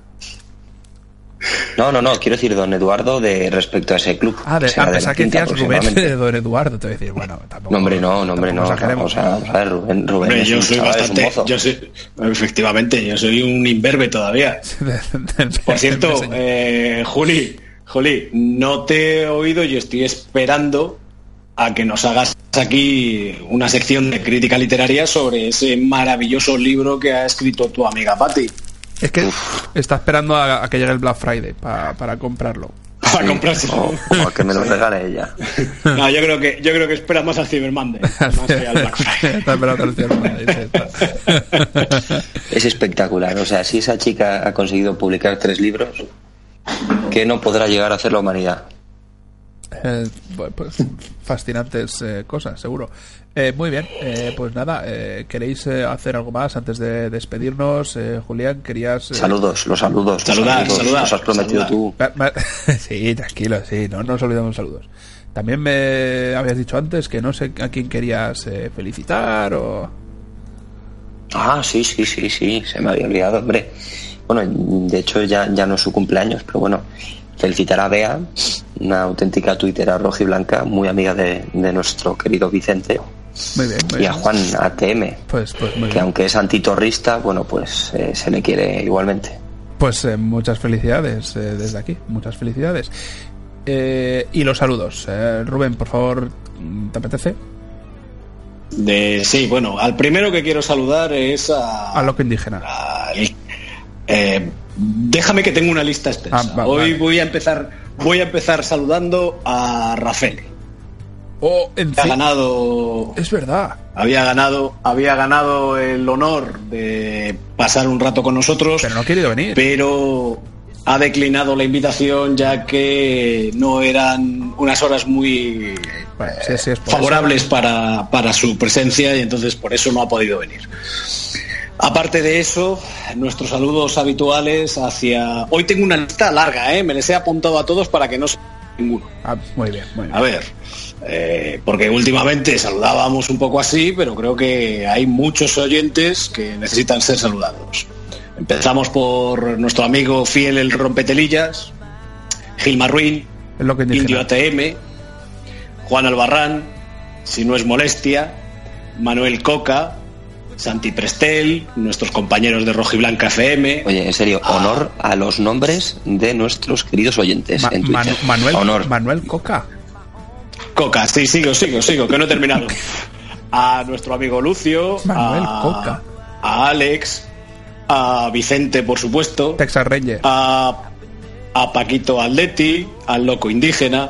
No, no, no, quiero decir don Eduardo de respecto a ese club. Ah, de, Será a de la pesar que quinta decías Rubén aproximadamente. de don Eduardo, te voy a decir, bueno, tampoco. No, hombre, no, no, hombre, no. tampoco exageremos. Vamos a, vamos a ver, Rubén, Rubén Hombre, es yo un soy chaval, es un bastante. mozo. Yo soy, efectivamente, yo soy un imberbe todavía. Por cierto, eh, Juli, Juli, no te he oído y estoy esperando a que nos hagas aquí una sección de crítica literaria sobre ese maravilloso libro que ha escrito tu amiga Patti. Es que está esperando a, a que llegue el Black Friday pa, para comprarlo. Para comprarse. O, o a que me lo regale ella. No, yo creo que yo creo que espera más al Cyber Monday, más que al Black Friday. Está esperando al Cyber Monday, sí, es espectacular. O sea, si esa chica ha conseguido publicar tres libros, ¿qué no podrá llegar a hacer la humanidad? Eh, pues fascinantes eh, cosas, seguro. Eh, muy bien, eh, pues nada, eh, ¿queréis eh, hacer algo más antes de despedirnos? Eh, Julián, querías... Eh... Saludos, los saludos. Saludar, los saludar. Los has prometido saludar. tú. Sí, tranquilo, sí, no nos olvidamos saludos. También me habías dicho antes que no sé a quién querías eh, felicitar o... Ah, sí, sí, sí, sí, se me había olvidado, hombre. Bueno, de hecho ya, ya no es su cumpleaños, pero bueno, felicitar a Bea, una auténtica tuitera rojiblanca, muy amiga de, de nuestro querido Vicente. Muy bien, muy y a bien. Juan A T M, pues, pues muy que bien. aunque es antitorrista, bueno, pues eh, se le quiere igualmente. Pues eh, muchas felicidades eh, desde aquí, muchas felicidades. Eh, y los saludos. Eh, Rubén, por favor, ¿te apetece? De, sí, bueno, al primero que quiero saludar es a... A Loco Indígena. a- eh, déjame que tengo una lista extensa. Ah, va, Hoy vale. voy a empezar voy a empezar saludando a Rafael. Oh, en Había fin. ganado Es verdad. había ganado había ganado el honor de pasar un rato con nosotros, Pero no ha querido venir. pero ha declinado la invitación ya que no eran unas horas muy Bueno, sí, sí, es por favorables para, para su presencia y entonces por eso no ha podido venir. Aparte de eso, nuestros saludos habituales hacia... Hoy tengo una lista larga, ¿eh? Me les he apuntado a todos para que no se ninguno. Ah, muy bien, muy bien. A ver, eh, porque últimamente saludábamos un poco así, pero creo que hay muchos oyentes que necesitan ser saludados. Empezamos por nuestro amigo fiel el Rompetelillas, Gilmar Ruín, Es lo que Indio indígena. A T M, Juan Albarrán, Si no es molestia, Manuel Coca, Santi Prestel, nuestros compañeros de Rojiblanca F M. Oye, en serio, Ah. honor a los nombres de nuestros queridos oyentes Ma- en Twitter. Manu- Manuel, honor. Manuel Coca. Coca, sí, sigo, sigo, sigo, que no he terminado. A nuestro amigo Lucio, Manuel a, Coca. a Alex, a Vicente, por supuesto, Texas Ranger. a, a Paquito Atleti, al Loco Indígena,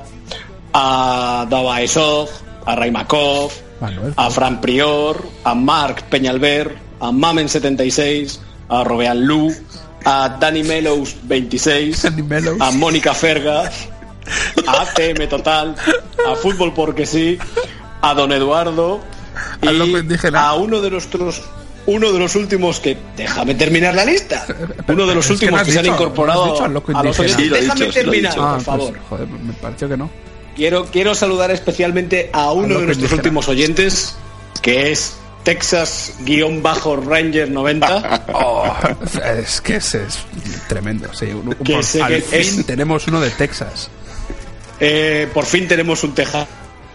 a Dava Esov, a Raimakov, Manuel. a Fran Prior, a Marc Peñalver, a Mamen setenta y seis, a Robean Lu, a Dani Melos veintiséis, Dani Melos. a Mónica Ferga, a A T M Total, a Fútbol Porque Sí, a Don Eduardo y Al Loco Indígena. a uno de nuestros uno de los últimos que déjame terminar la lista uno de los Es que no últimos has que se han dicho, incorporado no has dicho al Loco a los Indígena. oyentes. Sí, lo he Déjame dicho, sí, lo he terminar, dicho. Ah, por favor. pues, joder, me pareció que no. Quiero, quiero saludar especialmente a uno Loco de nuestros Indígena. últimos oyentes, que es Texas-Ranger noventa. Oh, es que es, es tremendo, sí. Un- Que por- sé al que fin es- tenemos uno de Texas. Eh, por fin tenemos un Texas.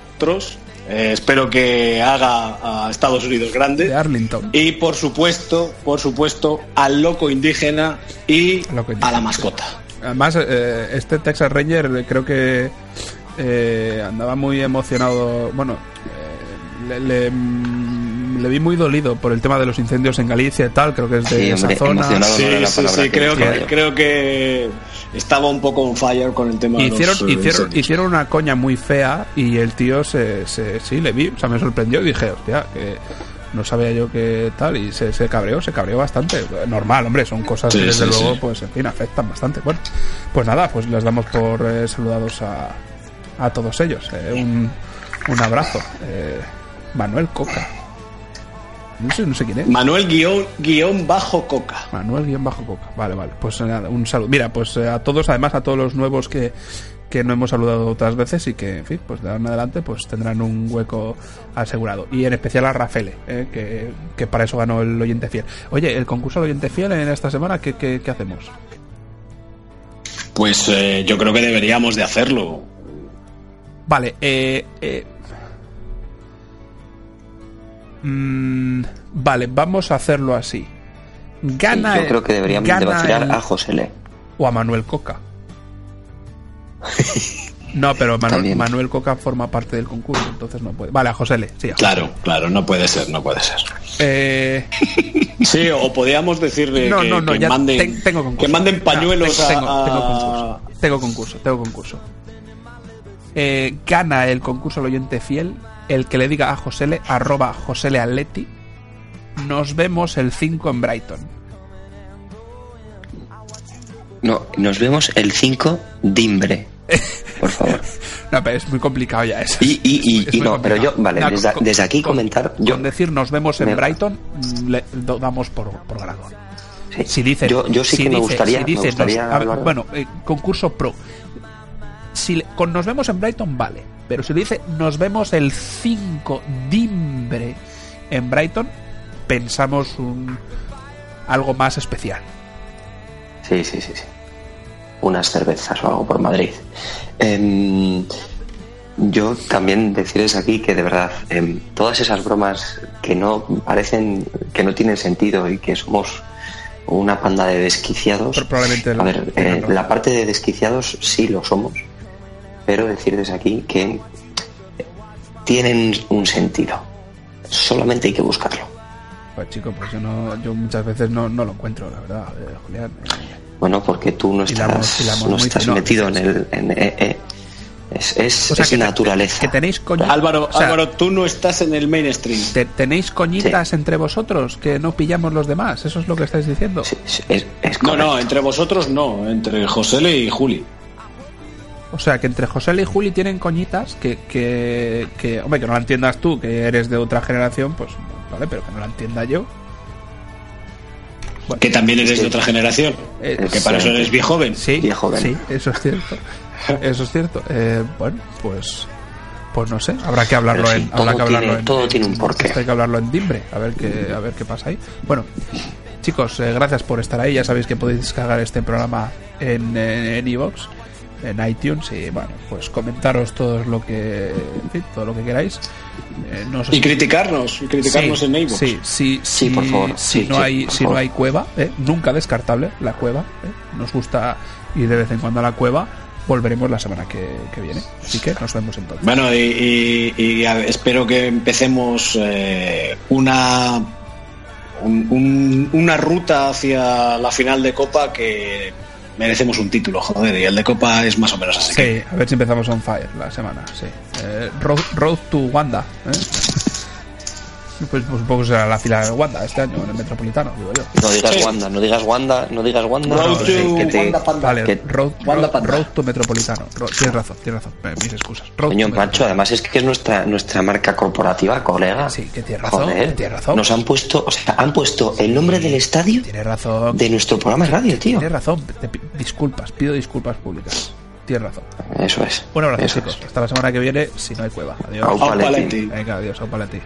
Eh, espero que haga a Estados Unidos grande. De Arlington. Y por supuesto, por supuesto, al Loco Indígena y Loco a Indígena. la mascota. Además, eh, este Texas Ranger eh, creo que eh, andaba muy emocionado. Bueno, eh, le, le, mm, le vi muy dolido por el tema de los incendios en Galicia y tal. Creo que es de Sí, esa hombre, zona. emocionado. Sí, no era la sí, palabra sí, que creo buscaba que, yo. creo que estaba un poco on fire con el tema Hicieron, de los eh, hicieron, incendios. hicieron una coña muy fea y el tío se, se sí le vi, o sea, me sorprendió y dije, hostia, que no sabía yo que tal y se, se cabreó, se cabreó bastante. Normal, hombre, son cosas Sí, que desde sí, luego, sí. pues en fin, afectan bastante. Bueno, pues nada, pues les damos por eh, saludados a, a todos ellos. Eh, un, un abrazo. Eh, Manuel Coca. No sé, no sé quién es. Manuel guión, guión bajo Coca. Manuel guión bajo Coca. Vale, vale. Pues nada, un saludo. Mira, pues eh, a todos, además a todos los nuevos que, que no hemos saludado otras veces y que, en fin, pues de ahora en adelante pues tendrán un hueco asegurado. Y en especial a Rafele, eh, que, que para eso ganó el oyente fiel. Oye, el concurso del oyente fiel en esta semana, ¿qué, qué, qué hacemos? Pues eh, yo creo que deberíamos de hacerlo. Vale, eh... eh mm, vale, vamos a hacerlo así. Gana Sí, yo creo que deberíamos de gana vacilar el- a José Le. o a Manuel Coca. No, pero Manuel, También. Manuel Coca forma parte del concurso, entonces no puede. Vale, a Josele, sí. A Josele. Claro, claro, no puede ser, no puede ser. Eh, Sí, o podríamos decirle no, que, no, no, que ya manden, ten- tengo concurso. que manden pañuelos No, a- tengo, a... tengo concurso. Tengo concurso, tengo concurso. Eh, gana el concurso al oyente fiel el que le diga a Josele, arroba Josele Atleti, nos vemos el cinco en Brighton. No, nos vemos el cinco dimbre. Por favor. No, pero es muy complicado ya eso. Y, y, y, Es y muy no, pero yo, complicado. vale, No, desde, con- desde aquí con- comentar. Con Yo, decir nos vemos en me- Brighton, mm, le do- damos por, por ganado. sí, Si dice, yo, yo sí si que me dice- gustaría. si dice me gustaría nos- a ver, Álvaro, bueno, eh, concurso pro. Si le- con nos vemos en Brighton, vale. Pero si le dice nos vemos el cinco dimbre en Brighton, pensamos un algo más especial. Sí, sí, sí, sí. Unas cervezas o algo por Madrid. Em, yo también decirles aquí que de verdad, em, todas esas bromas que no parecen, que no tienen sentido y que somos una panda de desquiciados. Pero probablemente A lo- ver, eh, la parte de desquiciados sí lo somos, pero decirles aquí que tienen un sentido. Solamente hay que buscarlo. Pues chico, pues yo no, yo muchas veces no, no lo encuentro, la verdad, eh, Julián. Eh, Bueno, porque tú no Hilamos- estás, hilamos no muy estás fino. metido en el... En, eh, eh, es es, O sea, es que te- naturaleza. que tenéis coñitas. Álvaro, o sea, Álvaro, tú no estás en el mainstream. te- tenéis coñitas entre vosotros que no pillamos los demás. Eso es lo que estáis diciendo. Sí, sí, es, es No, correcto. no, entre vosotros no, entre Josele y Juli. O sea, que entre José y Juli tienen coñitas que, que, que, hombre, que no la entiendas tú, que eres de otra generación, pues vale, pero que no la entienda yo. Bueno, Que también eres de otra generación. eh, Que para eso eres viejo joven. sí, Viejo joven. sí, eso es cierto. Eso es cierto. Eh, bueno, pues pues no sé, habrá que hablarlo Pero sí, en habrá todo que hablarlo tiene- en todo tiene un porqué. Hay que hablarlo en timbre, a ver qué a ver qué pasa ahí. Bueno, chicos, eh, gracias por estar ahí. Ya sabéis que podéis descargar este programa en en iVoox, en iTunes, y bueno, pues comentaros todo lo que en fin, todo lo que queráis. Eh, no sé Y si- criticarnos, y criticarnos sí, en iVoox. sí, sí, Sí, sí, por favor, si sí, no sí, hay por si no favor. hay cueva, ¿eh? Nunca descartable la cueva, ¿eh? Nos gusta ir de vez en cuando a la cueva. Volveremos la semana que, que viene, así que nos vemos entonces. Bueno, y, y- y a- espero que empecemos eh, una un- un- una ruta hacia la final de Copa que merecemos un título, joder, y el de Copa es más o menos así. Sí, a ver si empezamos on fire la semana, sí. Eh, road, road to Wanda, ¿eh? Pues, pues supongo que será la fila de Wanda este año en el Metropolitano, digo yo. No digas Sí. Wanda, no digas Wanda, no digas Wanda. Road no, to que te- Wanda Panda. Vale, que- road, Wanda road, Panda. road to Metropolitano. Ro- tienes razón, tienes razón. Eh, mis excusas. Road Coño, to macho, además es que es nuestra nuestra marca corporativa, colega. Sí, que tienes razón, Joder, tienes razón. Nos han puesto, o sea, han puesto el nombre del estadio Tienes razón. de nuestro programa de radio, tío. Tienes razón. Te pi- disculpas, pido disculpas públicas. Tienes razón. Eso es. Un abrazo, Eso chicos. es. Hasta la semana que viene, si no hay cueva. Adiós. Au, Au, Paletti. Paletti. Venga, adiós, au Paletti.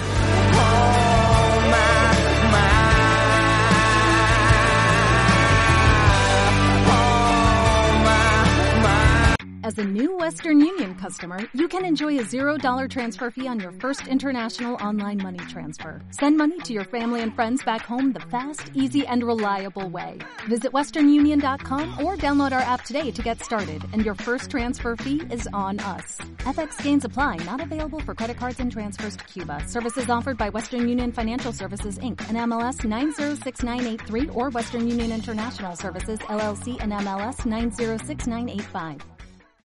As a new Western Union customer, you can enjoy a zero dollar transfer fee on your first international online money transfer. Send money to your family and friends back home the fast, easy, and reliable way. Visit western union dot com or download our app today to get started, and your first transfer fee is on us. F X gains apply, not available for credit cards and transfers to Cuba. Services offered by Western Union Financial Services, Incorporated, and M L S nine zero six nine eight three or Western Union International Services, L L C, and M L S nine zero six nine eight five.